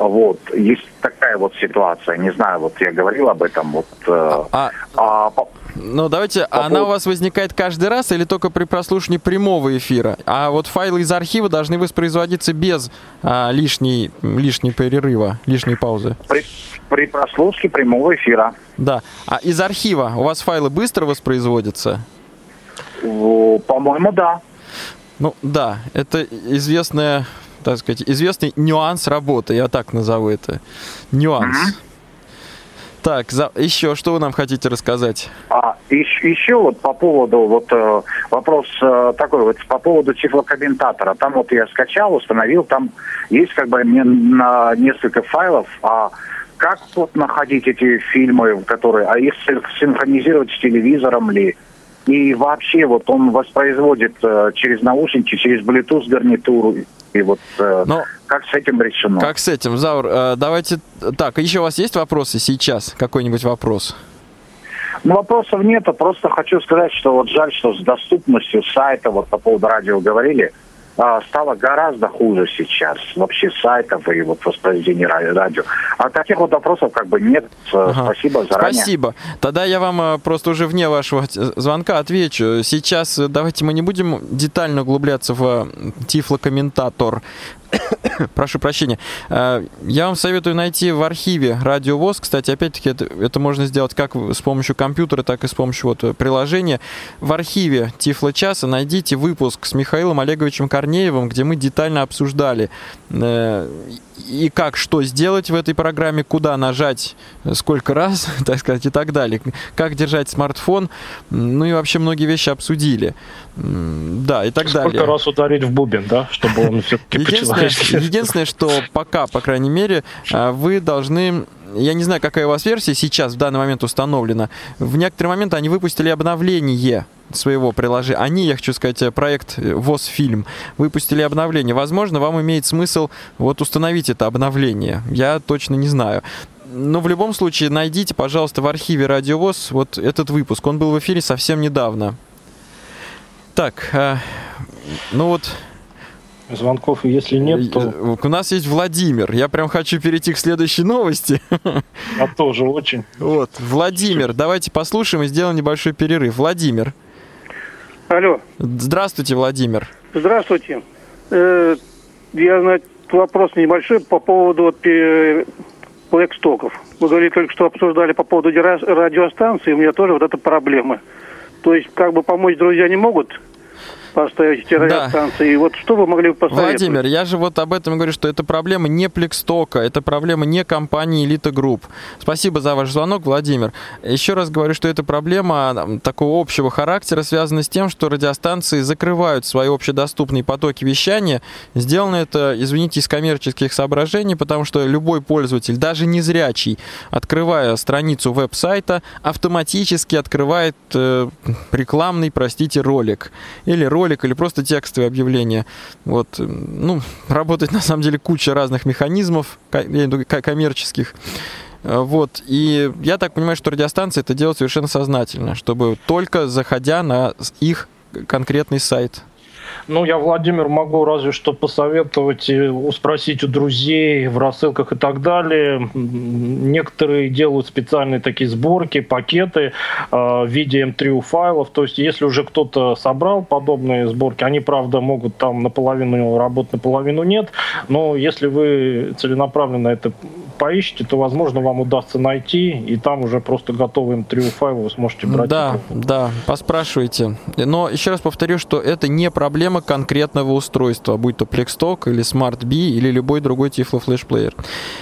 Есть такая ситуация, не знаю, я говорил об этом. Ну, давайте, она у вас возникает каждый раз или только при прослушивании прямого эфира? А вот файлы из архива должны воспроизводиться без лишней перерыва, лишней паузы? При прослушке прямого эфира. Да. А из архива у вас файлы быстро воспроизводятся? По-моему, да. Ну, да, это известный нюанс работы, я так назову это. Нюанс. Так, еще что вы нам хотите рассказать? Еще вот по поводу, вопрос такой вот, по поводу тифлокомментатора. Там вот я скачал, установил, там есть как бы несколько файлов, как вот находить эти фильмы, которые, их синхронизировать с телевизором ли? И вообще вот он воспроизводит через наушники, через Bluetooth гарнитуру. И вот как с этим решено? Как с этим, Заур? Давайте так, еще у вас есть вопросы сейчас? Какой-нибудь вопрос? Ну, вопросов нет, просто хочу сказать, что вот жаль, что с доступностью сайта, вот по поводу радио говорили, стало гораздо хуже сейчас. Вообще сайтов и вот воспроизведения радио. А таких вот вопросов как бы нет. Спасибо заранее. Спасибо. Тогда я вам просто уже вне вашего звонка отвечу. Сейчас давайте мы не будем детально углубляться в тифлокомментатор. Прошу прощения. Я вам советую найти в архиве Радио ВОС. Кстати, опять-таки, это можно сделать как с помощью компьютера, так и с помощью приложения. В архиве Тифлочаса найдите выпуск с Михаилом Олеговичем Корнеевым, где мы детально обсуждали и как, что сделать в этой программе, куда нажать, сколько раз, так сказать, и так далее. Как держать смартфон, ну и вообще многие вещи обсудили. Да, и так далее. Сколько раз ударить в бубен, да, чтобы он все-таки по-человечески... Единственное, что пока, по крайней мере, вы должны... Я не знаю, какая у вас версия сейчас в данный момент установлена. В некоторые моменты они выпустили обновление своего приложения. Я хочу сказать, проект ВОС-фильм выпустили обновление. Возможно, вам имеет смысл вот установить это обновление. Я точно не знаю. Но в любом случае найдите, пожалуйста, в архиве Радио ВОС вот этот выпуск. Он был в эфире совсем недавно. Так, ну вот... Звонков, если нет, то... У нас есть Владимир. Я прям хочу перейти к следующей новости. Я тоже очень. Вот, Владимир, давайте послушаем и сделаем небольшой перерыв. Владимир. Алло. Здравствуйте, Владимир. Здравствуйте. Вопрос небольшой по поводу флекстоков. Вы говорили, только что обсуждали по поводу радиостанции, у меня тоже вот эта проблема. То есть, как бы помочь друзья не могут поставить эти радиостанции. Да. Вот что вы могли бы посоветовать? Владимир, я же вот об этом говорю, что это проблема не Плекстока, это проблема не компании Elite Group. Спасибо за ваш звонок, Владимир. Еще раз говорю, что это проблема такого общего характера, связана с тем, что радиостанции закрывают свои общедоступные потоки вещания. Сделано это, извините, из коммерческих соображений, потому что любой пользователь, даже незрячий, открывая страницу веб-сайта, автоматически открывает рекламный, ролик. Или просто текстовое объявление. Вот. Ну, работает на самом деле куча разных механизмов коммерческих. Вот. И я так понимаю, что радиостанции это делают совершенно сознательно, чтобы только заходя на их конкретный сайт. Ну, я, Владимир, могу разве что посоветовать, спросить у друзей в рассылках и так далее. Некоторые делают специальные такие сборки, пакеты в виде M3 файлов. То есть, если уже кто-то собрал подобные сборки, они, правда, могут там наполовину работать, наполовину нет. Но если вы целенаправленно это поищете, то, возможно, вам удастся найти, и там уже просто готовый M3 файл вы сможете брать. Да, поспрашивайте. Но еще раз повторю, что это не проблема конкретного устройства, будь то Plextalk или Smart B или любой другой Tiflo Flash Player.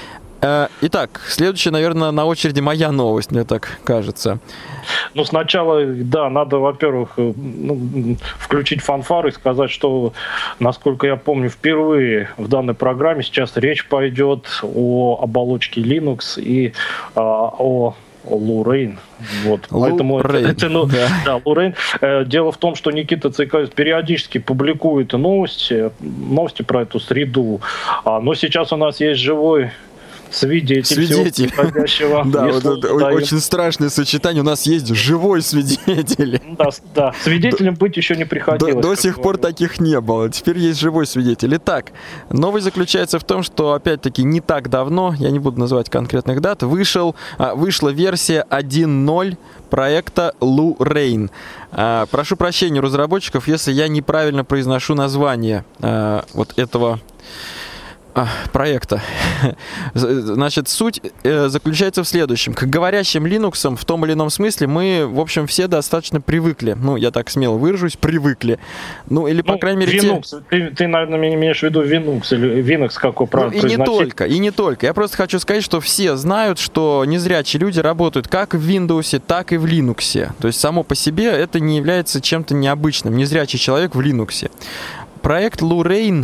Итак, следующая, наверное, на очереди моя новость, мне так кажется. Ну, сначала, да, надо, во-первых, включить фанфары и сказать, что, насколько я помню, впервые в данной программе сейчас речь пойдет о оболочке Linux и о Лурейн. Вот. Поэтому Лурейн. Дело в том, что Никита Цейкаевич периодически публикует новости про эту среду. Но сейчас у нас есть живой Свидетель. Да, вот это очень страшное сочетание. У нас есть живой свидетель. Да, свидетелем быть еще не приходилось. До сих пор таких не было. Теперь есть живой свидетель. Итак, новость заключается в том, что, опять-таки, не так давно, я не буду называть конкретных дат, вышла версия 1.0 проекта Lurain. Прошу прощения у разработчиков, если я неправильно произношу название вот этого проекта. Значит, суть заключается в следующем. К говорящим Linux в том или ином смысле мы, в общем, все достаточно привыкли. Ну, я так смело выражусь, привыкли. Ну, или, по крайней мере... Linux. Ты, наверное, имеешь в виду Linux или Linux, какой правильно произносить. И не только. Я просто хочу сказать, что все знают, что незрячие люди работают как в Windows, так и в Linux. То есть, само по себе это не является чем-то необычным. Незрячий человек в Linux. Проект Lurain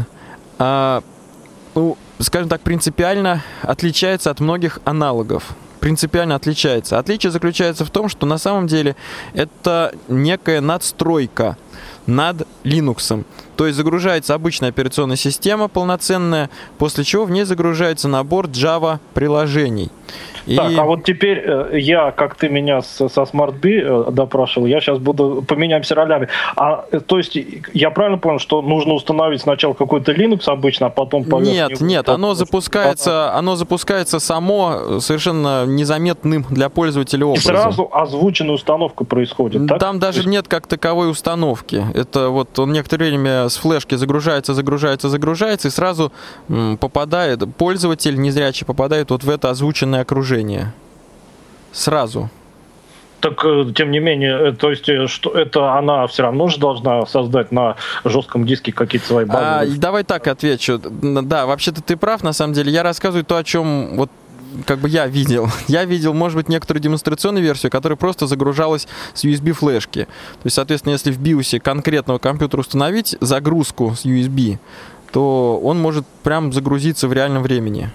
скажем так, принципиально отличается от многих аналогов. Принципиально отличается. Отличие заключается в том, что на самом деле это некая надстройка над Linux. То есть загружается обычная операционная система полноценная, после чего в ней загружается набор Java приложений. Так, а вот теперь я, как ты меня со SmartBee допрашивал, я сейчас поменяемся ролями. То есть я правильно понял, что нужно установить сначала какой-то Linux обычно, а потом... Нет, оно запускается само совершенно незаметным для пользователя образом. И сразу озвученная установка происходит, так? Там даже нет как таковой установки. Это вот он некоторое время с флешки загружается, и сразу пользователь незрячий попадает вот в это озвученное окружение. Сразу. Так, тем не менее, то есть, что это она все равно же должна создать на жестком диске какие-то свои базы? Давай так отвечу. Да, вообще-то ты прав, на самом деле. Я рассказываю то, о чем вот как бы я видел. Я видел, может быть, некоторую демонстрационную версию, которая просто загружалась с USB-флешки. То есть, соответственно, если в BIOS конкретного компьютера установить загрузку с USB, то он может прям загрузиться в реальном времени.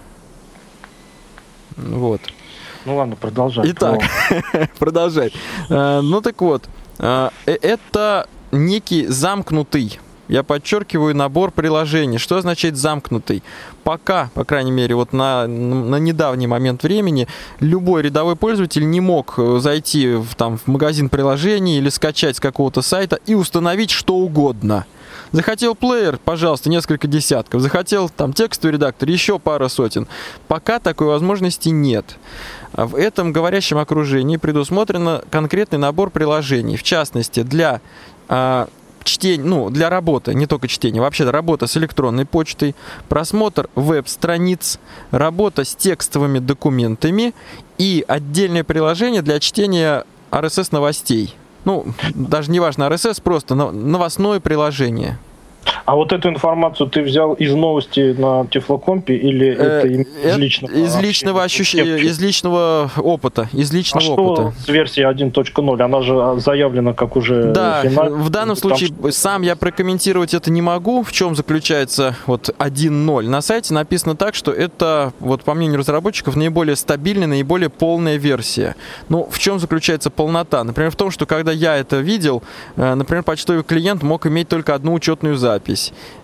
Вот. Ну ладно, продолжай. Итак, продолжай. Ну так вот, это некий замкнутый, я подчеркиваю, набор приложений. Что означает замкнутый? Пока, по крайней мере, вот на недавний момент времени, любой рядовой пользователь не мог зайти в магазин приложений или скачать с какого-то сайта и установить что угодно. Захотел плеер, пожалуйста, несколько десятков. Захотел текстовый редактор, еще пара сотен. Пока такой возможности нет. В этом говорящем окружении предусмотрен конкретный набор приложений. В частности, для чтения, для работы, не только чтения, вообще работа с электронной почтой, просмотр веб-страниц, работа с текстовыми документами и отдельное приложение для чтения RSS-новостей. Даже не важно RSS, просто новостное приложение. А вот эту информацию ты взял из новости на Тифлокомпе или это из личного? Из личного опыта. Что с версией 1.0? Она же заявлена как уже финальная. В данном случае сам я прокомментировать это не могу. В чем заключается 1.0? На сайте написано так, что это, по мнению разработчиков, наиболее стабильная, наиболее полная версия. В чем заключается полнота? Например, в том, что когда я это видел, например, почтовый клиент мог иметь только одну учетную запись.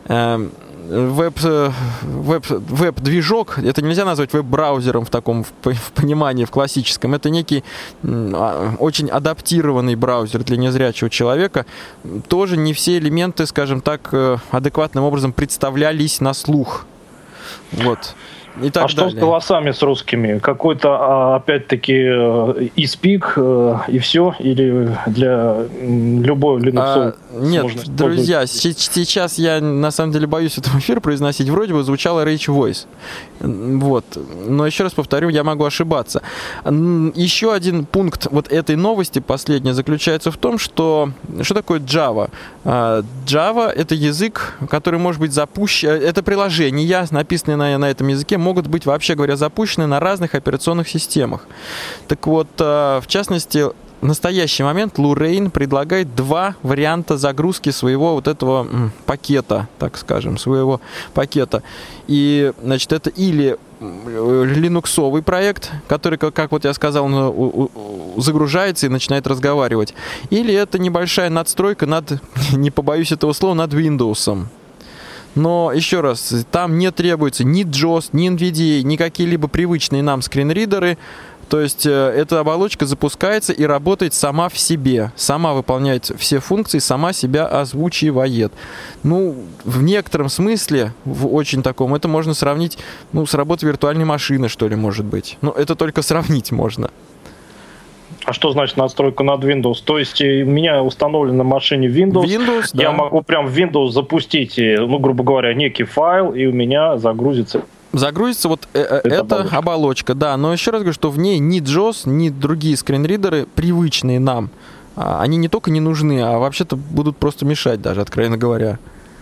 Веб-движок, это нельзя назвать веб-браузером в таком в понимании, в классическом. Это некий очень адаптированный браузер для незрячего человека. Тоже не все элементы, скажем так, адекватным образом представлялись на слух. Вот. И так что с голосами, с русскими? Какой-то, опять-таки, e-speak и все? Или для любой Linux? Нет, друзья, сейчас я на самом деле боюсь этого эфира произносить. Вроде бы звучало Rage Voice. Но еще раз повторю, я могу ошибаться. Еще один пункт этой новости, последний, заключается в том, что такое Java? Java — это язык, который может быть запущен... Это приложения, написанные на этом языке, могут быть, вообще говоря, запущены на разных операционных системах. Так вот, в частности, в настоящий момент Lurain предлагает два варианта загрузки своего этого пакета, так скажем, своего пакета. И, значит, это или линуксовый проект, который, как я сказал, загружается и начинает разговаривать, или это небольшая надстройка над, не побоюсь этого слова, над Windows. Но, еще раз, там не требуется ни JAWS, ни NVDA, ни какие-либо привычные нам скринридеры. То есть эта оболочка запускается и работает сама в себе, сама выполняет все функции, сама себя озвучивает. Ну, в некотором смысле, в очень таком, это можно сравнить, ну, с работой виртуальной машины, что ли, может быть. Но это только сравнить можно. А что значит настройка над Windows? То есть у меня установлен на машине Windows, я могу прям в Windows запустить, ну, грубо говоря, некий файл, и у меня загрузится вот эта оболочка, да. Но еще раз говорю, что в ней ни JAWS, ни другие скринридеры, привычные нам, они не только не нужны, а вообще-то будут просто мешать даже, откровенно говоря.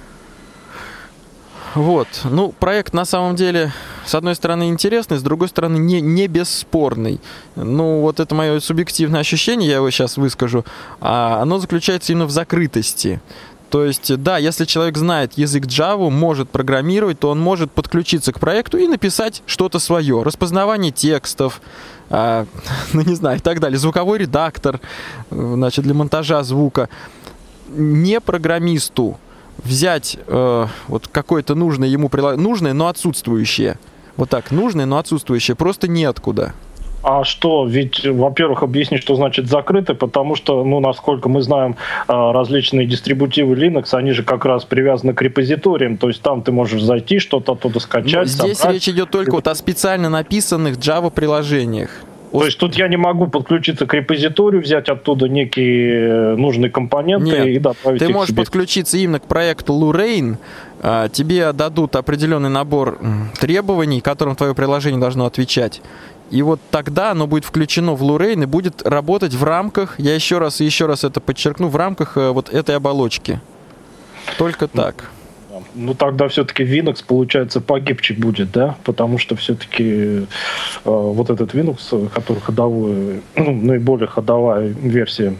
Вот. Ну, проект на самом деле, с одной стороны, интересный, с другой стороны, не бесспорный. Ну, вот это мое субъективное ощущение, я его сейчас выскажу, оно заключается именно в закрытости. То есть, да, если человек знает язык Java, может программировать, то он может подключиться к проекту и написать что-то свое. Распознавание текстов, ну, не знаю, и так далее. Звуковой редактор, значит, для монтажа звука. Не программисту взять вот какое-то нужное ему приложение, нужное, но отсутствующее. Вот так, нужное, но отсутствующее, просто неоткуда. А что? Ведь, во-первых, объяснить, что значит закрытый, потому что, ну, насколько мы знаем, различные дистрибутивы Linux, они же как раз привязаны к репозиториям, то есть там ты можешь зайти, что-то оттуда скачать. Здесь собрать. Речь идет только вот о специально написанных Java-приложениях. То есть тут я не могу подключиться к репозиторию, взять оттуда некие нужные компоненты и добавить их ты можешь себе. Подключиться именно к проекту Lurain. Тебе дадут определенный набор требований, которым твое приложение должно отвечать. И вот тогда оно будет включено в Lurain и будет работать в рамках, я еще раз это подчеркну, в рамках вот этой оболочки. Только так. Ну, тогда все-таки Linux, получается, погибче будет, да? Потому что все-таки вот этот Linux, который ходовой, ну, наиболее ходовая версия,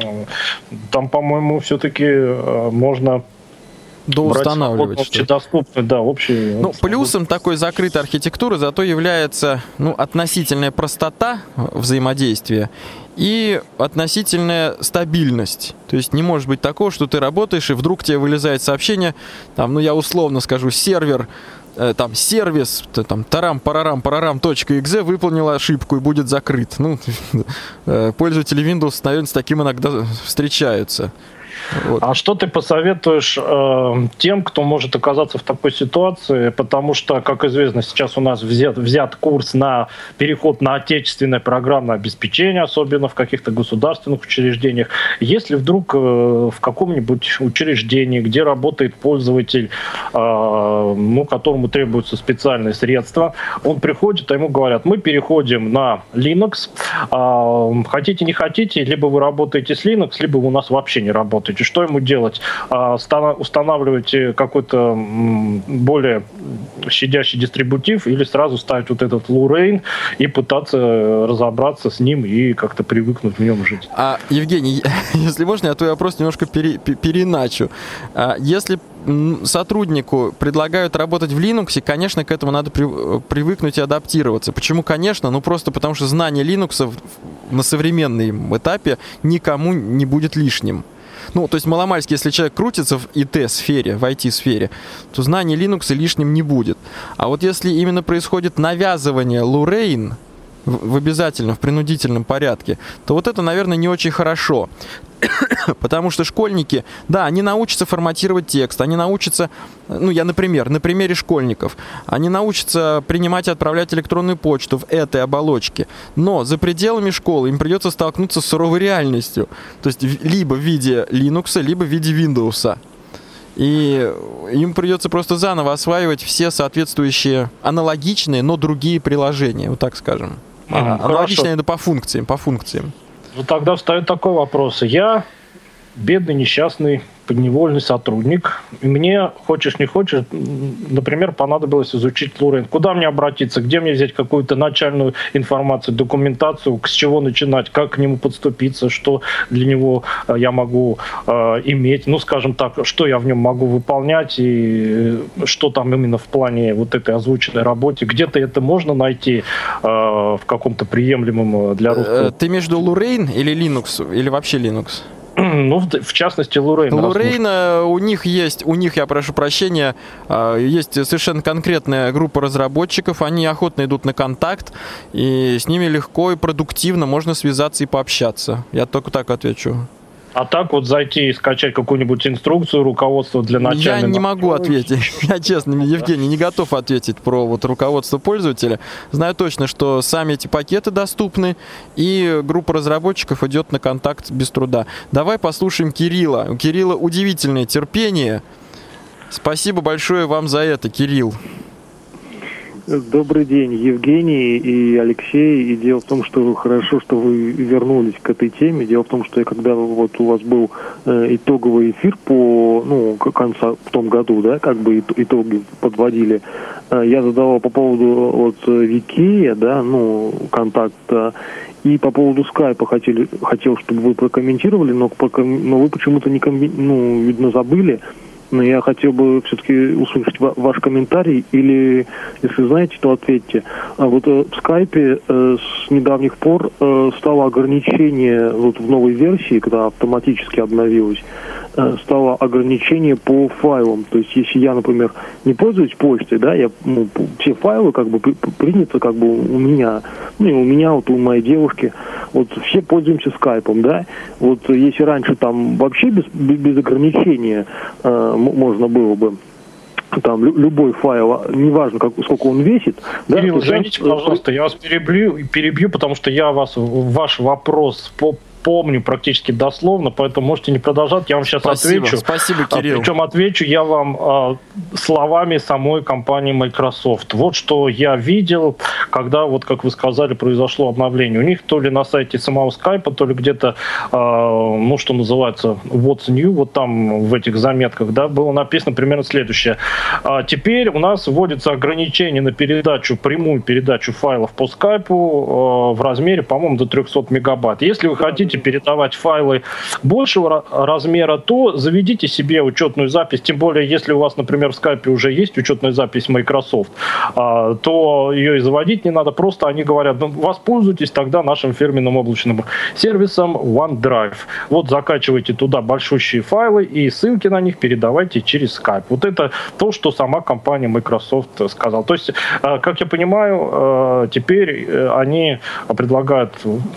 там, по-моему, все-таки можно... доустанавливать. Общедоступный, да, общий. Ну, плюсом такой закрытой архитектуры зато является, ну, относительная простота взаимодействия и относительная стабильность. То есть не может быть такого, что ты работаешь, и вдруг тебе вылезает сообщение, там, ну, я условно скажу, сервер, там, сервис, там, тарам-парарам.exe выполнил ошибку и будет закрыт. Ну, пользователи Windows, наверное, с таким иногда встречаются. Вот. А что ты посоветуешь тем, кто может оказаться в такой ситуации? Потому что, как известно, сейчас у нас взят курс на переход на отечественное программное обеспечение, особенно в каких-то государственных учреждениях. Если вдруг в каком-нибудь учреждении, где работает пользователь, ну, которому требуются специальные средства, он приходит, а ему говорят: мы переходим на Linux, хотите не хотите, либо вы работаете с Linux, либо вы у нас вообще не работаете. Что ему делать? Устанавливать какой-то более щадящий дистрибутив или сразу ставить вот этот Lurain и пытаться разобраться с ним и как-то привыкнуть в нем жить? Евгений, если можно, я твой вопрос немножко переначу. Если сотруднику предлагают работать в Linux, конечно, к этому надо привыкнуть и адаптироваться. Почему, конечно? Ну, просто потому что знание Linux на современном этапе никому не будет лишним. Ну, то есть маломальски, если человек крутится в ИТ-сфере, в IT-сфере, то знание Linux лишним не будет. А вот если именно происходит навязывание Lurain в обязательном, в принудительном порядке, то вот это, наверное, не очень хорошо. Потому что школьники, да, они научатся форматировать текст, они научатся, ну, я, например, на примере школьников, они научатся принимать и отправлять электронную почту в этой оболочке, но за пределами школы им придется столкнуться с суровой реальностью, то есть либо в виде Linux, либо в виде Windows. И им придется просто заново осваивать все соответствующие аналогичные, но другие приложения, вот так скажем. Аналогичные, но по функциям. Ну, тогда встает такой вопрос. Я бедный, несчастный, подневольный сотрудник. И мне, хочешь не хочешь, например, понадобилось изучить Lurain. Куда мне обратиться? Где мне взять какую-то начальную информацию, документацию? С чего начинать? Как к нему подступиться? Что для него я могу иметь? Ну, скажем так, что я в нем могу выполнять? И что там именно в плане вот этой озвученной работы? Где-то это можно найти в каком-то приемлемом для русского? Ты между Lurain или Linux? Или вообще Linux? Ну, в частности, Lorraine. Lorraine, у них, я прошу прощения, есть совершенно конкретная группа разработчиков, они охотно идут на контакт, и с ними легко и продуктивно можно связаться и пообщаться. Я только так отвечу. А так вот зайти и скачать какую-нибудь инструкцию, руководство для начальной... Я не могу ответить. Я честно, Евгений, не готов ответить про вот руководство пользователя. Знаю точно, что сами эти пакеты доступны, и группа разработчиков идет на контакт без труда. Давай послушаем Кирилла. У Кирилла удивительное терпение. Спасибо большое вам за это, Кирилл. Добрый день, Евгений и Алексей. И дело в том, что хорошо, что вы вернулись к этой теме. Дело в том, что когда вот у вас был итоговый эфир по конца в том году, да, как бы итоги подводили, я задавал по поводу вот Викея, да, контакта, и по поводу скайпа хотел, чтобы вы прокомментировали, но вы почему-то видно, забыли. Но я хотел бы все-таки услышать ваш комментарий, или, если знаете, то ответьте. Вот в скайпе с недавних пор стало ограничение, вот в новой версии, когда автоматически обновилось, стало ограничение по файлам. То есть, если я, например, не пользуюсь почтой, да, все файлы как бы приняты как бы у меня, вот у моей девушки, вот все пользуемся скайпом, да. Вот если раньше там вообще без ограничения можно было бы там любой файл, неважно, сколько он весит. Кирилл, да, извините, пожалуйста, я вас перебью, потому что я ваш вопрос помню практически дословно, поэтому можете не продолжать, я вам сейчас отвечу. Спасибо, Кирилл. Причем отвечу я вам словами самой компании Microsoft. Вот что я видел, когда, вот как вы сказали, произошло обновление. У них то ли на сайте самого Skype, то ли где-то, что называется, What's New, вот там в этих заметках, да, было написано примерно следующее. Теперь у нас вводится ограничение на прямую передачу файлов по Skype в размере, по-моему, до 300 мегабайт. Если вы хотите передавать файлы большего размера, то заведите себе учетную запись, тем более, если у вас, например, в Skype уже есть учетная запись Microsoft, то ее и заводить не надо, просто они говорят, воспользуйтесь тогда нашим фирменным облачным сервисом OneDrive. Вот закачивайте туда большущие файлы и ссылки на них передавайте через Skype. Вот это то, что сама компания Microsoft сказала. То есть, как я понимаю, теперь они предлагают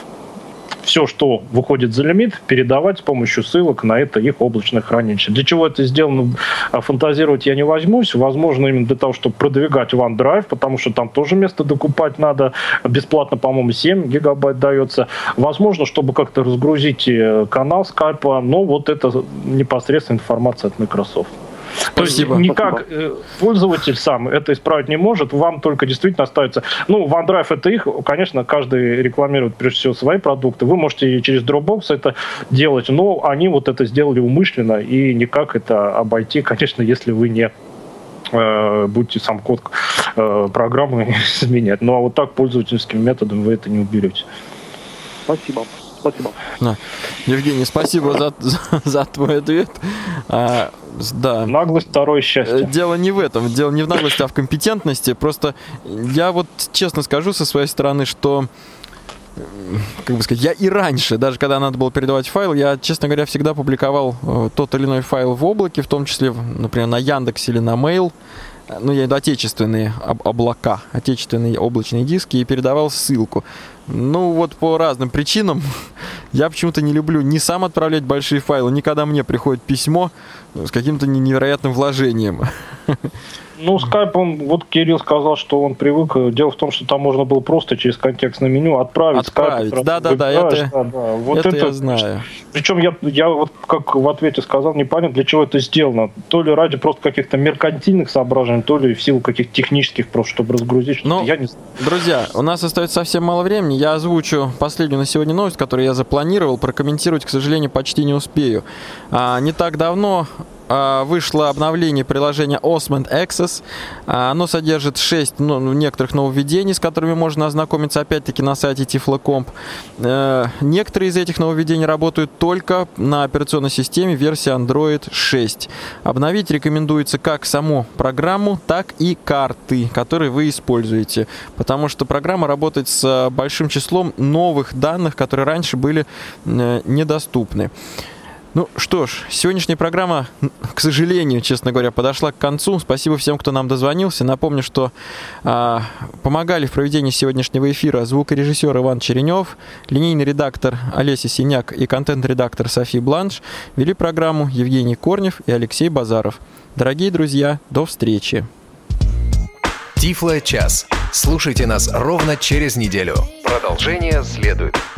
все, что выходит за лимит, передавать с помощью ссылок на это их облачное хранилище. Для чего это сделано, фантазировать я не возьмусь. Возможно, именно для того, чтобы продвигать OneDrive, потому что там тоже место докупать надо. Бесплатно, по-моему, 7 гигабайт дается. Возможно, чтобы как-то разгрузить канал Skype, но вот это непосредственно информация от Microsoft. Спасибо. То есть никак пользователь сам это исправить не может, вам только действительно остается... OneDrive это их, конечно, каждый рекламирует прежде всего свои продукты, вы можете через Dropbox это делать, но они вот это сделали умышленно, и никак это обойти, конечно, если вы не будете сам код программы изменять. А вот так пользовательским методом вы это не уберете. Спасибо. Евгений, спасибо за твой ответ. Да. Наглость — второе счастье. Дело не в этом, дело не в наглости, а в компетентности. Просто я вот честно скажу со своей стороны, что, как бы сказать, я и раньше, даже когда надо было передавать файл, я, честно говоря, всегда публиковал тот или иной файл в облаке, в том числе, например, на Яндексе или на Mail. Я имею в виду отечественные облака, отечественные облачные диски, и передавал ссылку. Вот по разным причинам я почему-то не люблю ни сам отправлять большие файлы, ни когда мне приходит письмо с каким-то невероятным вложением. Skype, вот Кирилл сказал, что он привык. Дело в том, что там можно было просто через контекстное меню отправить. Да, это я знаю. Причем я вот как в ответе сказал, непонятно, для чего это сделано. То ли ради просто каких-то меркантильных соображений, то ли в силу каких-то технических, просто чтобы разгрузить. Я не знаю. Друзья, у нас остается совсем мало времени. Я озвучу последнюю на сегодня новость, которую я запланировал. Прокомментировать, к сожалению, почти не успею. Не так давно вышло обновление приложения Osmond Access. Оно содержит 6 некоторых нововведений, с которыми можно ознакомиться опять-таки на сайте Tiflocomp. Некоторые из этих нововведений работают только на операционной системе версии Android 6. Обновить рекомендуется как саму программу, так и карты, которые вы используете, потому что программа работает с большим числом новых данных, которые раньше были недоступны. Ну что ж, сегодняшняя программа, к сожалению, честно говоря, подошла к концу. Спасибо всем, кто нам дозвонился. Напомню, что помогали в проведении сегодняшнего эфира звукорежиссер Иван Черенев, линейный редактор Олеся Синяк и контент-редактор Софи Бланш. Вели программу Евгений Корнев и Алексей Базаров. Дорогие друзья, до встречи. Тифло час. Слушайте нас ровно через неделю. Продолжение следует.